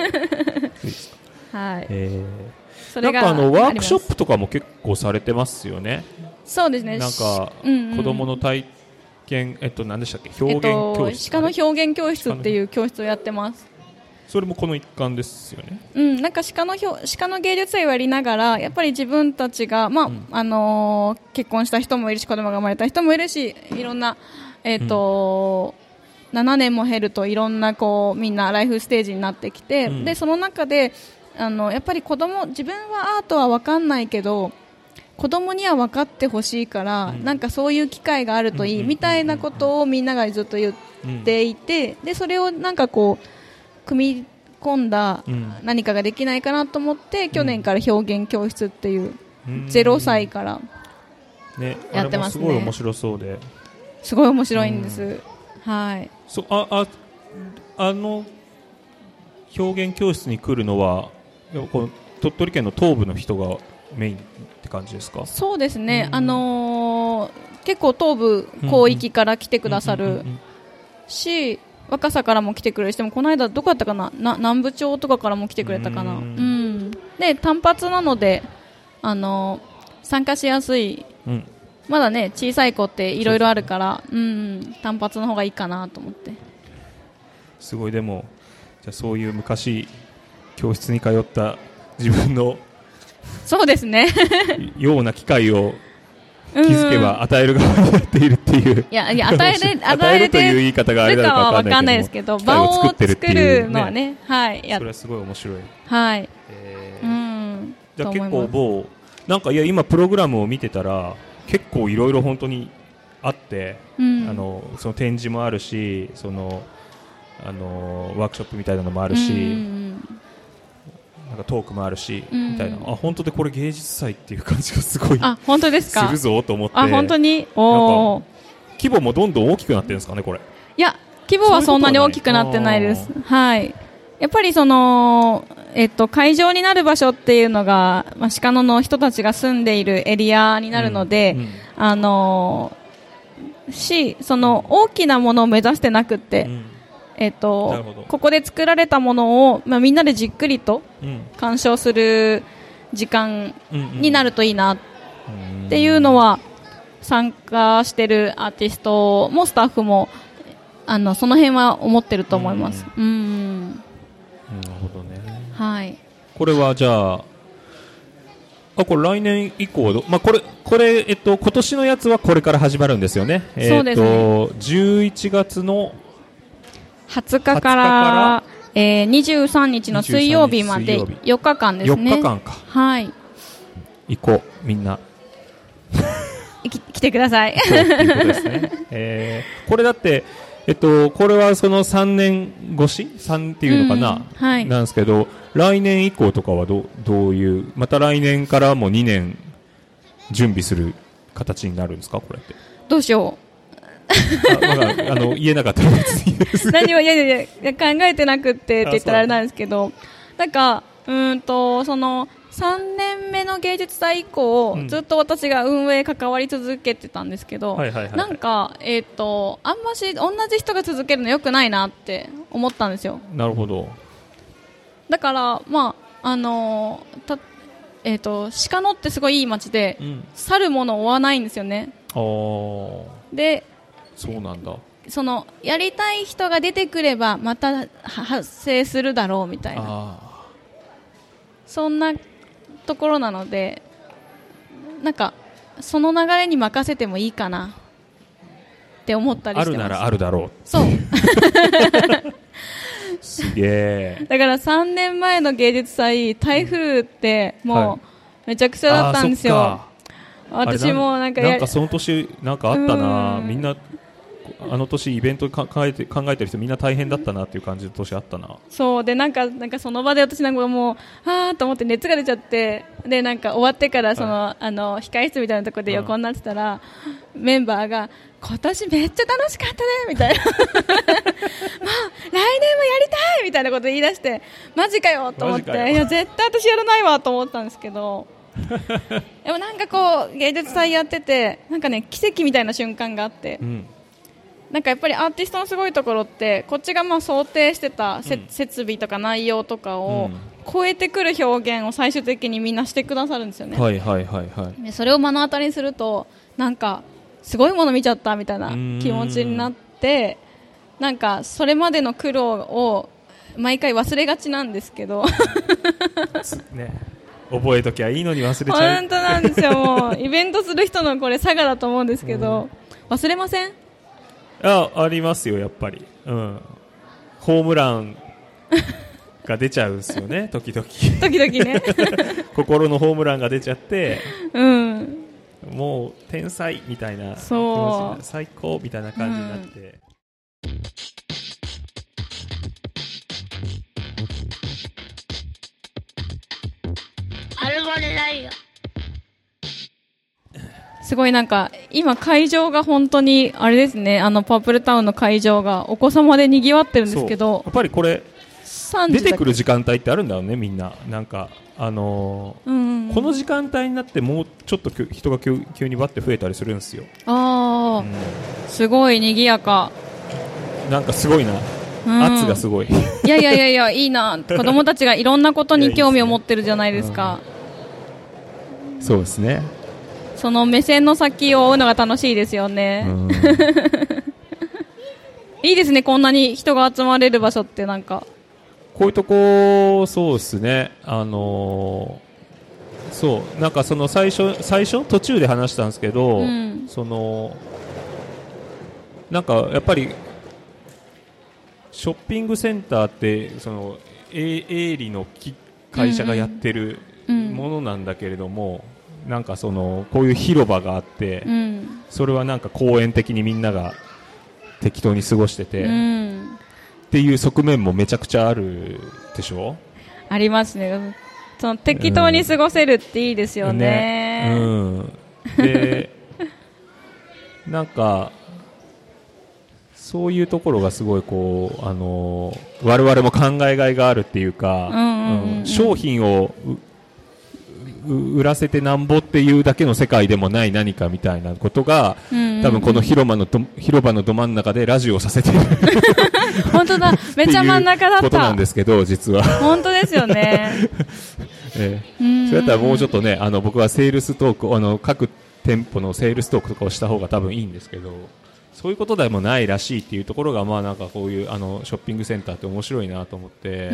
はい、それがなんかワークショップとかも結構されてますよね。 そうですね。 なんか、子供の体験、何でしたっけ、表現教室、 鹿の表現教室っていう教室をやってます。 それもこの一環ですよね。 なんか鹿の芸術祭をやりながら、やっぱり自分たちが、結婚した人もいるし、子供が生まれた人もいるし、いろんな、7年も経るといろんなみんなライフステージになってきて、でその中でやっぱり自分はアートは分かんないけど、子供には分かってほしいから、なんかそういう機会があるといいみたいなことをみんながずっと言っていて、でそれをなんか組み込んだ何かができないかなと思って、去年から表現教室っていう0歳からやってますね。 すごい面白そうで、 すごい面白いんです。はい。 表現教室に来るのはこの鳥取県の東部の人がメインって感じですか？ そうですね。結構東部広域から来てくださるし、 若狭からも来てくれる人も、この間どこだったかな、南部町とかからも来てくれたかな。で単発なので参加しやすい、まだね小さい子っていろいろあるから、単発の方がいいかなと思って。 すごい。でもじゃあそういう昔教室に通った自分のそうですねような機会を気づけば与える側になっているっていう、 いや与えるという言い方があれなのかわかんないですけど、 場を作るのはね、はい、 それはすごい面白い。 はい、 じゃあ結構なんか今プログラムを見てたら結構いろいろ本当にあって、その展示もあるし、そのワークショップみたいなのもあるし、なんかトークもあるし、みたいな。本当でこれ芸術祭っていう感じがすごい本当ですかするぞと思って。 本当に規模もどんどん大きくなってるんですかね、これ。 いや、規模はそんなに大きくなってないです。はい。やっぱりその会場になる場所っていうのが、鹿野の人たちが住んでいるエリアになるので、その大きなものを目指してなくって、ここで作られたものを、みんなでじっくりと鑑賞する時間になるといいなっていうのは、参加してるアーティストもスタッフもその辺は思ってると思います。 なるほどね。 はい。 これはじゃあこれ来年以降これ今年のやつはこれから始まるんですよね。 そうですね。 11月の 20日から23日の水曜日まで4日間ですね。 4日間か。 はい。 行こう、みんな。 来てください。 そうっていうことですね。これだって、これはその3年越し ?3 っていうのかな、 はい、 なんですけど、来年以降とかはどういう、また来年からも2年準備する形になるんですか、これって。どうしよう。 言えなかったら別にいいです。 何も考えてなくってって言ったらあれなんですけど、なんかその3年目の芸術祭以降、ずっと私が運営関わり続けてたんですけど、なんかあんまし同じ人が続けるの良くないなって思ったんですよ。 なるほど。だから鹿野ってすごいいい街で、去るものを追わないんですよね。でそうなんだ。 そのやりたい人が出てくればまた発生するだろうみたいな、そんなところなので、なんかその流れに任せてもいいかなって思ったりしてます。 あるならあるだろう。 そうすげえ。 だから3年前の芸術祭、台風ってもうめちゃくちゃだったんですよ。私もなんかその年なんかあったな。みんなあの年イベント考えてる人みんな大変だったなっていう感じの年あったな。 そうで、なんかその場で私なんかもうと思って熱が出ちゃって、でなんか終わってから控室みたいなところで横になってたら、メンバーが今年めっちゃ楽しかったねみたいなもう来年もやりたいみたいなこと言い出して、マジかよと思って、いや絶対私やらないわと思ったんですけどでもなんかこう芸術祭やってて、なんかね奇跡みたいな瞬間があって、なんかやっぱりアーティストのすごいところって、こっちが想定してた設備とか内容とかを超えてくる表現を最終的にみんなしてくださるんですよね。でそれを目の当たりにすると、なんかすごいもの見ちゃったみたいな気持ちになって、なんかそれまでの苦労を毎回忘れがちなんですけどね、覚えときゃいいのに忘れちゃう。 本当なんですよ。もうイベントする人のこれ差がだと思うんですけど、忘れません？ ありますよ、やっぱり。ホームランが出ちゃうんですよね、時々 ね心のホームランが出ちゃって、もう天才みたいな気持ち、最高みたいな感じになって、 アルゴレライオすごいなんか今会場が本当にあれですね、パープルタウンの会場がお子様で賑わってるんですけど、 やっぱりこれ出てくる時間帯ってあるんだろうね、みんな。なんかこの時間帯になってもうちょっと人が急にバッて増えたりするんですよ。 すごい賑やか。 なんかすごいな。 圧がすごい。 いやいやいやいや、いいな。子供たちがいろんなことに興味を持ってるじゃないですか。 そうですね。 その目線の先を追うのが楽しいですよね。いいですね、こんなに人が集まれる場所ってなんか。 こういうとこ、そうですね。そう、なんかその最初途中で話したんですけど、その、なんかやっぱり、ショッピングセンターって、その、営利の会社がやってるものなんだけれども、なんかその、こういう広場があって、それはなんか公園的にみんなが適当に過ごしてて、っていう側面もめちゃくちゃあるでしょ？ ありますね。その適当に過ごせるっていいですよね。 で、なんかそういうところがすごいこう我々も考えがいがあるっていうか、商品を売らせてなんぼっていうだけの世界でもない何かみたいなことが、多分この広場のど真ん中でラジオをさせてる本当だ、めっちゃ真ん中だったことなんですけど、実は本当ですよね。 それだったらもうちょっとね、僕はセールストーク、各店舗のセールストークとかをした方が多分いいんですけど、そういうことでもないらしいっていうところが、まあなんかこういうショッピングセンターって面白いなと思って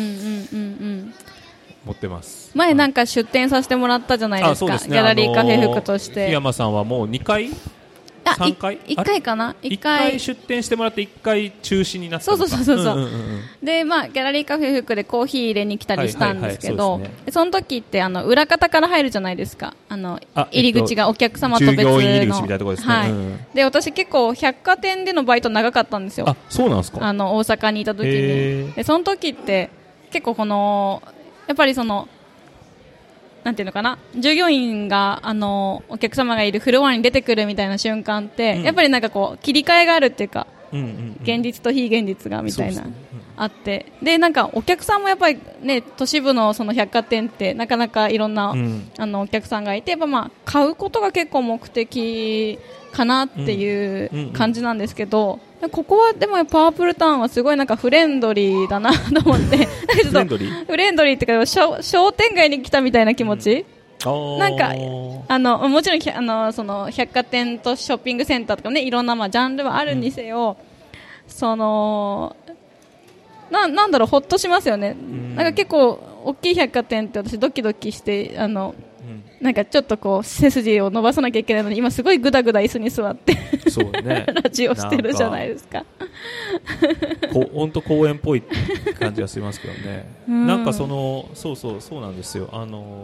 持ってます。 前なんか出店させてもらったじゃないですか。ギャラリーカフェ服として。 檜山さんはもう2回3回 1回かな。 1回出店してもらって1回中止になったのか。 そうで、まあギャラリーカフェ服でコーヒー入れに来たりしたんですけど、その時って裏方から入るじゃないですか。入り口がお客様と別の従業員入り口みたいなところですね。 で、私結構百貨店でのバイト長かったんですよ。 あ、そうなんですか。 大阪にいた時に。で、その時って結構やっぱりなんていうのかな、従業員がお客様がいるフロアに出てくるみたいな瞬間って、やっぱりなんかこう切り替えがあるっていうか、現実と非現実がみたいな、あって、でなんかお客さんもやっぱりね、都市部のその百貨店ってなかなかいろんな、お客さんがいて、やっぱまあ買うことが結構目的かなっていう感じなんですけど、ここはでもパープルタウンはすごいなんかフレンドリーだなと思ってフレンドリーっていうか商店街に来たみたいな気持ち、なんかもちろんその百貨店とショッピングセンターとかね、いろんなまあジャンルはあるにせよ、なんだろう、ほっとしますよね。なんか結構大きい百貨店って私ドキドキしてなんかちょっとこう背筋を伸ばさなきゃいけないのに、今すごいグダグダ椅子に座ってそう、ね、 ラジオしてるじゃないですか。 本当公園っぽい感じがしますけどね。なんかそうなんですよ。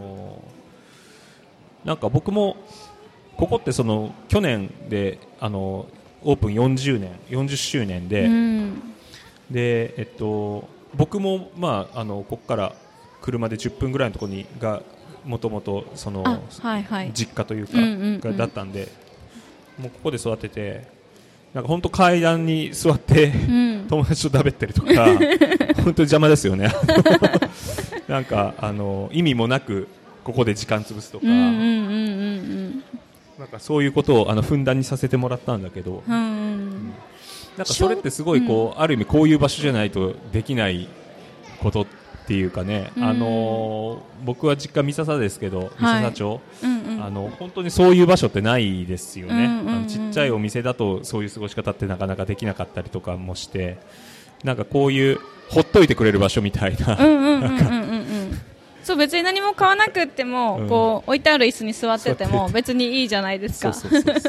なんか僕もここって去年でオープン40周年で、で僕もまあここから車で10分ぐらいのところにもともと実家というかだったんで、もうここで育ってて、なんか本当階段に座って友達と食べったりとか本当に邪魔ですよね。なんか意味もなくここで時間潰すとか、なんかそういうことをふんだんにさせてもらったんだけど、なんかそれってすごいこうある意味こういう場所じゃないとできないことっていうかね、僕は実家三笹ですけど、三笹町、本当にそういう場所ってないですよね。ちっちゃいお店だとそういう過ごし方ってなかなかできなかったりとかもして、なんかこういうほっといてくれる場所みたいな、 そう、別に何も買わなくっても、こう置いてある椅子に座ってても別にいいじゃないですか。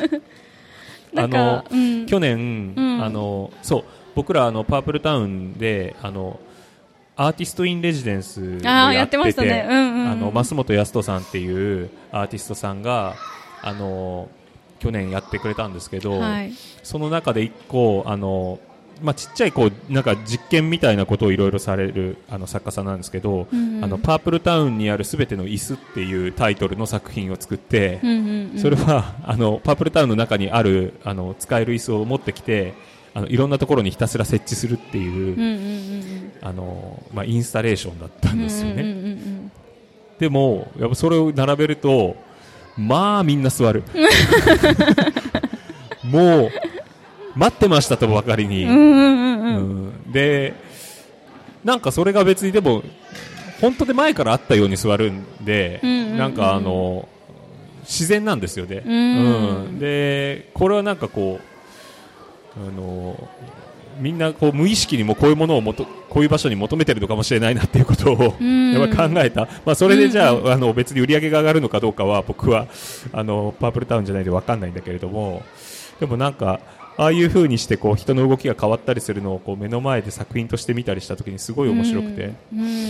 去年、そう僕らパープルタウンでアーティストインレジデンスをやってて、増本康人さんっていうアーティストさんが去年やってくれたんですけど、その中で一個ちっちゃいこうなんか実験みたいなことをいろいろされる作家さんなんですけど、パープルタウンにあるすべての椅子っていうタイトルの作品を作って、それはパープルタウンの中にある使える椅子を持ってきていろんなところにひたすら設置するっていう、インスタレーションだったんですよね。でもやっぱそれを並べるとまあみんな座る。もう待ってましたとばかりにでなんかそれが別にでも本当で前からあったように座るんで、なんか自然なんですよね、でこれはなんかこうみんなこう無意識にもこういうものをこういう場所に求めてるのかもしれないなっていうことをやっぱ考えた、それでじゃあ、別に売り上げが上がるのかどうかは僕はパープルタウンじゃないで分かんないんだけれども、でもなんかああいう風にしてこう人の動きが変わったりするのをこう目の前で作品として見たりしたときにすごい面白くて、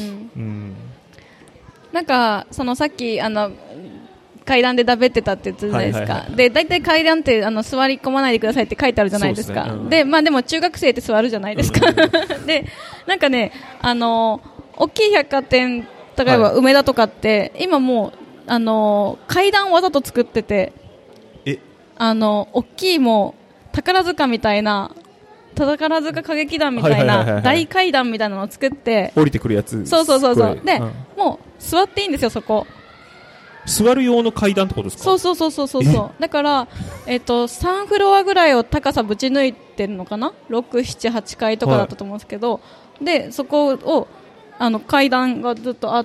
なんかそのさっき階段でだべってたって言ってたじゃないですか、で大体階段って座り込まないでくださいって書いてあるじゃないですか。ででも中学生って座るじゃないですか、でなんかね大きい百貨店例えば梅田とかって、今もう階段をわざと作ってて、大きいもう宝塚みたいな宝塚歌劇団みたいな大階段みたいなのを作って降りてくるやつ、 そうで、もう座っていいんですよ。そこ座る用の階段ってことですか？ そうだから、3フロアぐらいを高さぶち抜いてるのかな、6、7、8階とかだったと思うんですけど、でそこを階段がずっとあって、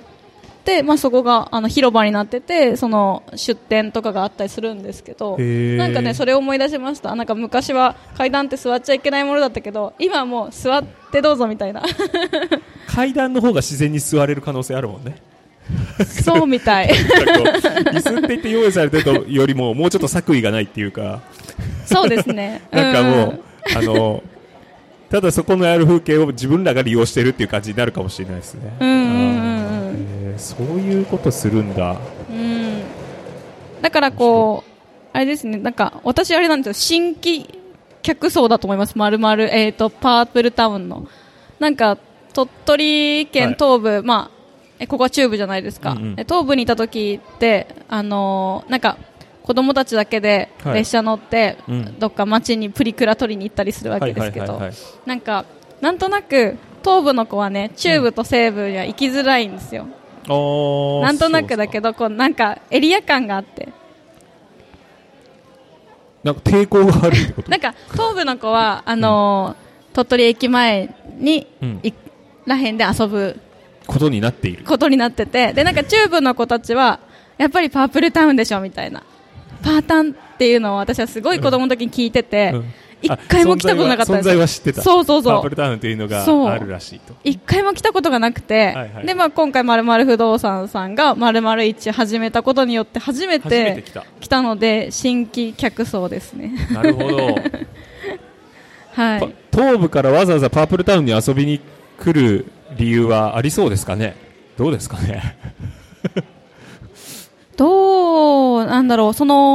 そこが広場になってて、その出店とかがあったりするんですけど、なんかねそれを思い出しました。なんか昔は階段って座っちゃいけないものだったけど、今はもう座ってどうぞみたいな階段の方が自然に座れる可能性あるもんね。 そうみたい椅子って言って用意されてるよりももうちょっと作為がないっていうか、 そうですねなんかもうただそこのある風景を自分らが利用してるっていう感じになるかもしれないですね。そういうことするんだ。 だからこうあれですね、なんか私あれなんですよ、新規客層だと思います。パープルタウンのなんか鳥取県東部、ここは中部じゃないですか、東部にいた時ってなんか子供たちだけで列車乗って、どっか街にプリクラ取りに行ったりするわけですけど、なんとなく東部の子はね、中部と西部には行きづらいんですよ。なんとなくだけど、こうなんかエリア感があって、 なんか抵抗があるってこと？ なんか東部の子は鳥取駅前にらへんで遊ぶことになっていることになってて、でなんか中部の子たちはやっぱりパープルタウンでしょみたいな、パータンっていうのを私はすごい子供の時に聞いてて、一回も来たことなかったんですよ。 存在は知ってた。 そうパープルタウンというのがあるらしいと。 一回も来たことがなくて、で今回〇〇不動産さんが〇〇1始めたことによって初めて来たので、新規客層ですね。 なるほどはい。 東部からわざわざパープルタウンに遊びに来る理由はありそうですかね？どうですかねどうなんだろう、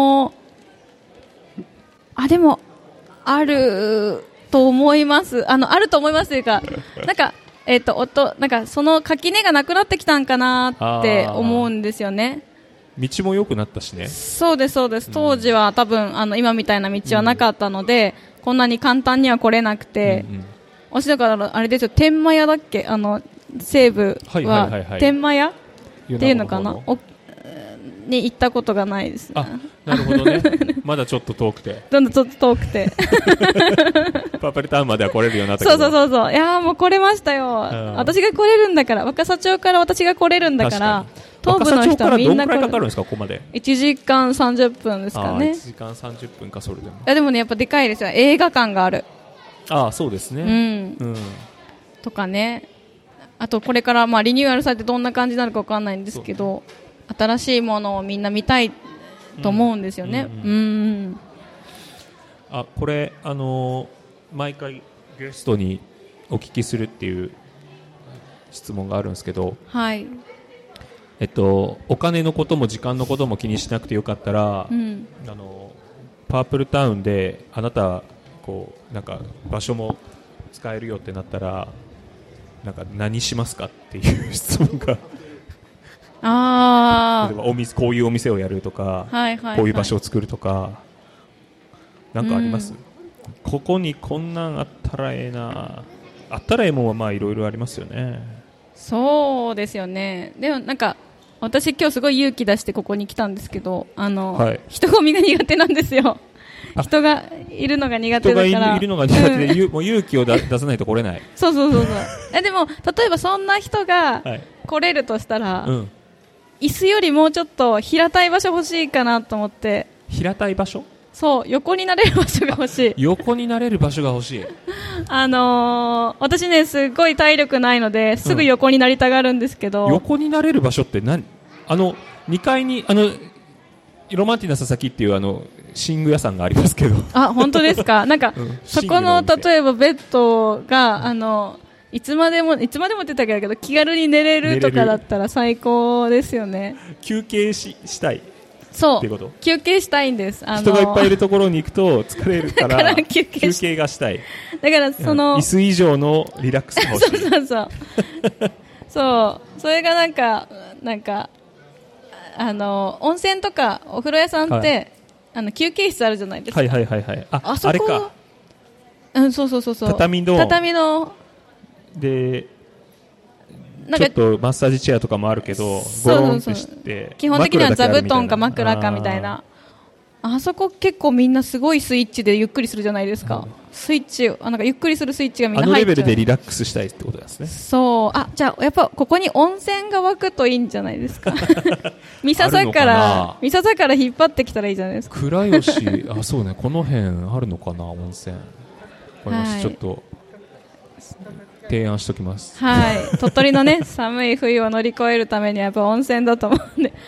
でもあると思います。あると思いますというか、なんかなんかその垣根がなくなってきたんかなって思うんですよね。 道も良くなったしね。 そうですそうです。当時は多分今みたいな道はなかったので、こんなに簡単には来れなくて、私だからあれですよ、天満屋だっけ、西部は天満屋っていうのかなに行ったことがないですね。 なるほどねまだちょっと遠くてどんどんちょっと遠くてパープルタウンまでは来れるようになったけど、 そういやもう来れましたよ。私が来れるんだから、若狭町から私が来れるんだから、東部の人はみんな来る。 どんくらいかかるんですか、ここまで？ 1時間30分ですかね。 1時間30分か。それでもいやでもね、やっぱでかいですよ、映画館がある。 そうですね、 とかね、あとこれからリニューアルされてどんな感じになるか分かんないんですけど、新しいものをみんな見たいと思うんですよね。 これ毎回ゲストにお聞きするっていう質問があるんですけど、 はい、 お金のことも時間のことも気にしなくてよかったら、パープルタウンであなたこうなんか場所も使えるよってなったら、なんか何しますかっていう質問が例えばこういうお店をやるとか、こういう場所を作るとか、なんかあります？ここにこんなんあったらええな、あったらええもんはいろいろありますよね。 そうですよね。でもなんか私今日すごい勇気出してここに来たんですけど、人混みが苦手なんですよ人がいるのが苦手だから。 人がいるのが苦手で、もう勇気を出さないと来れない。 そうでも例えばそんな人が来れるとしたら、椅子よりもうちょっと平たい場所欲しいかなと思って。 平たい場所？ そう、横になれる場所が欲しい。 横になれる場所が欲しい。 私ね、すごい体力ないので、すぐ横になりたがるんですけど。 横になれる場所って何？2階に、ロマンティな佐々木っていう寝具屋さんがありますけど。 あ、本当ですか？なんか、そこの、例えばベッドが、いつまでもって言ったけど、気軽に寝れるとかだったら最高ですよね。 休憩したい。 そうってこと？ 休憩したいんです。 人がいっぱいいるところに行くと疲れるから休憩がしたい。 だから椅子以上のリラックスが欲しい。 そうそれがなんか温泉とかお風呂屋さんって、休憩室あるじゃないですか。 あそこ、 あれか。 そう畳のでちょっとマッサージチェアとかもあるけど、ゴロンってして基本的には座布団か枕かみたいな。あそこ結構みんなすごいスイッチでゆっくりするじゃないですか。スイッチなんかゆっくりするスイッチがみんな入っちゃう。 レベルでリラックスしたいってことですね。 そう。じゃあやっぱここに温泉が湧くといいんじゃないですか。三笹から引っ張ってきたらいいじゃないですか。 倉吉そうね、この辺あるのかな、温泉。ちょっと提案しておきます。 はい。鳥取のね、寒い冬を乗り越えるためにはやっぱ温泉だと思うんで。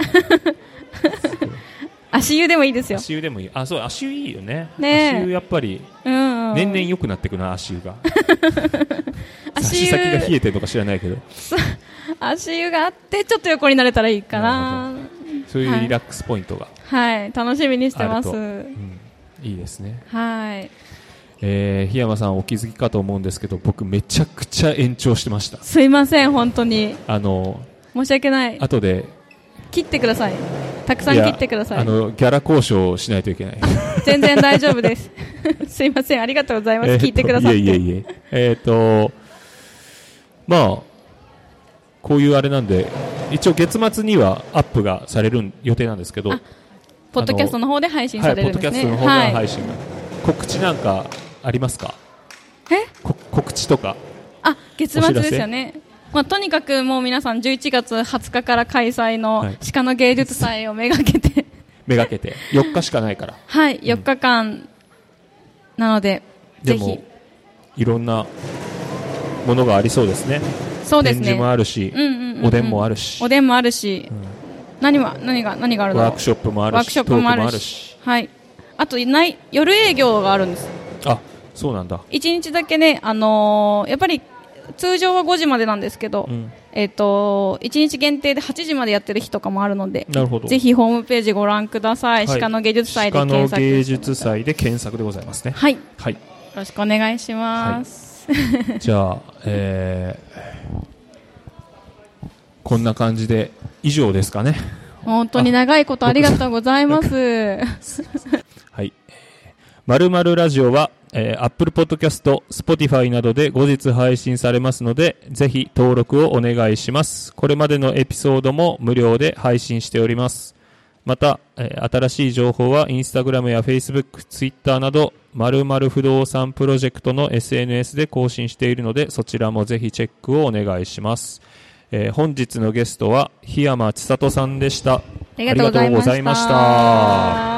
足湯でもいいですよ。 足湯でもいい。そう、足湯いいよね。 ね、 足湯やっぱり、年々良くなっていくな、足湯が。足先が冷えてるとか知らないけど。 足湯があって、ちょっと横になれたらいいかな。 そういうリラックスポイントが。 はい。楽しみにしてます。 いいですね。 はい。 檜山さんお気づきかと思うんですけど、僕めちゃくちゃ延長してました。 すいません、本当に申し訳ない。 後で切ってください。たくさん切ってください。 ギャラ交渉をしないといけない。 全然大丈夫です。すいません、ありがとうございます。聞いてくださって。 いえまあこういうあれなんで、一応月末にはアップがされる予定なんですけど、 ポッドキャストの方で配信されるんですね。 ポッドキャストの方で配信が、告知なんかありますか？告知とか。 月末ですよね。とにかくもう皆さん11月20日から開催の鹿の芸術祭をめがけて 4日しかないから。 はい、4日間なので、ぜひいろんなものがありそうですね。 そうですね。 展示もあるし、おでんもあるし、何があるの？ワークショップもあるし、トークもあるし、 はい。あと夜営業があるんです。 そうなんだ。 1日だけね、やっぱり通常は5時までなんですけど、1日限定で8時までやってる日とかもあるので、ぜひホームページご覧ください。鹿の芸術祭で検索。 鹿の芸術祭で検索でございますね。 はい。よろしくお願いします。 じゃあ、こんな感じで以上ですかね。 本当に長いことありがとうございます。 はい。〇〇ラジオは、Apple Podcast、Spotify などで後日配信されますので、ぜひ登録をお願いします。これまでのエピソードも無料で配信しております。また、新しい情報は Instagram や Facebook、Twitter など、〇〇不動産プロジェクトの SNS で更新しているので、そちらもぜひチェックをお願いします。本日のゲストは檜山千里さんでした。 ありがとうございました。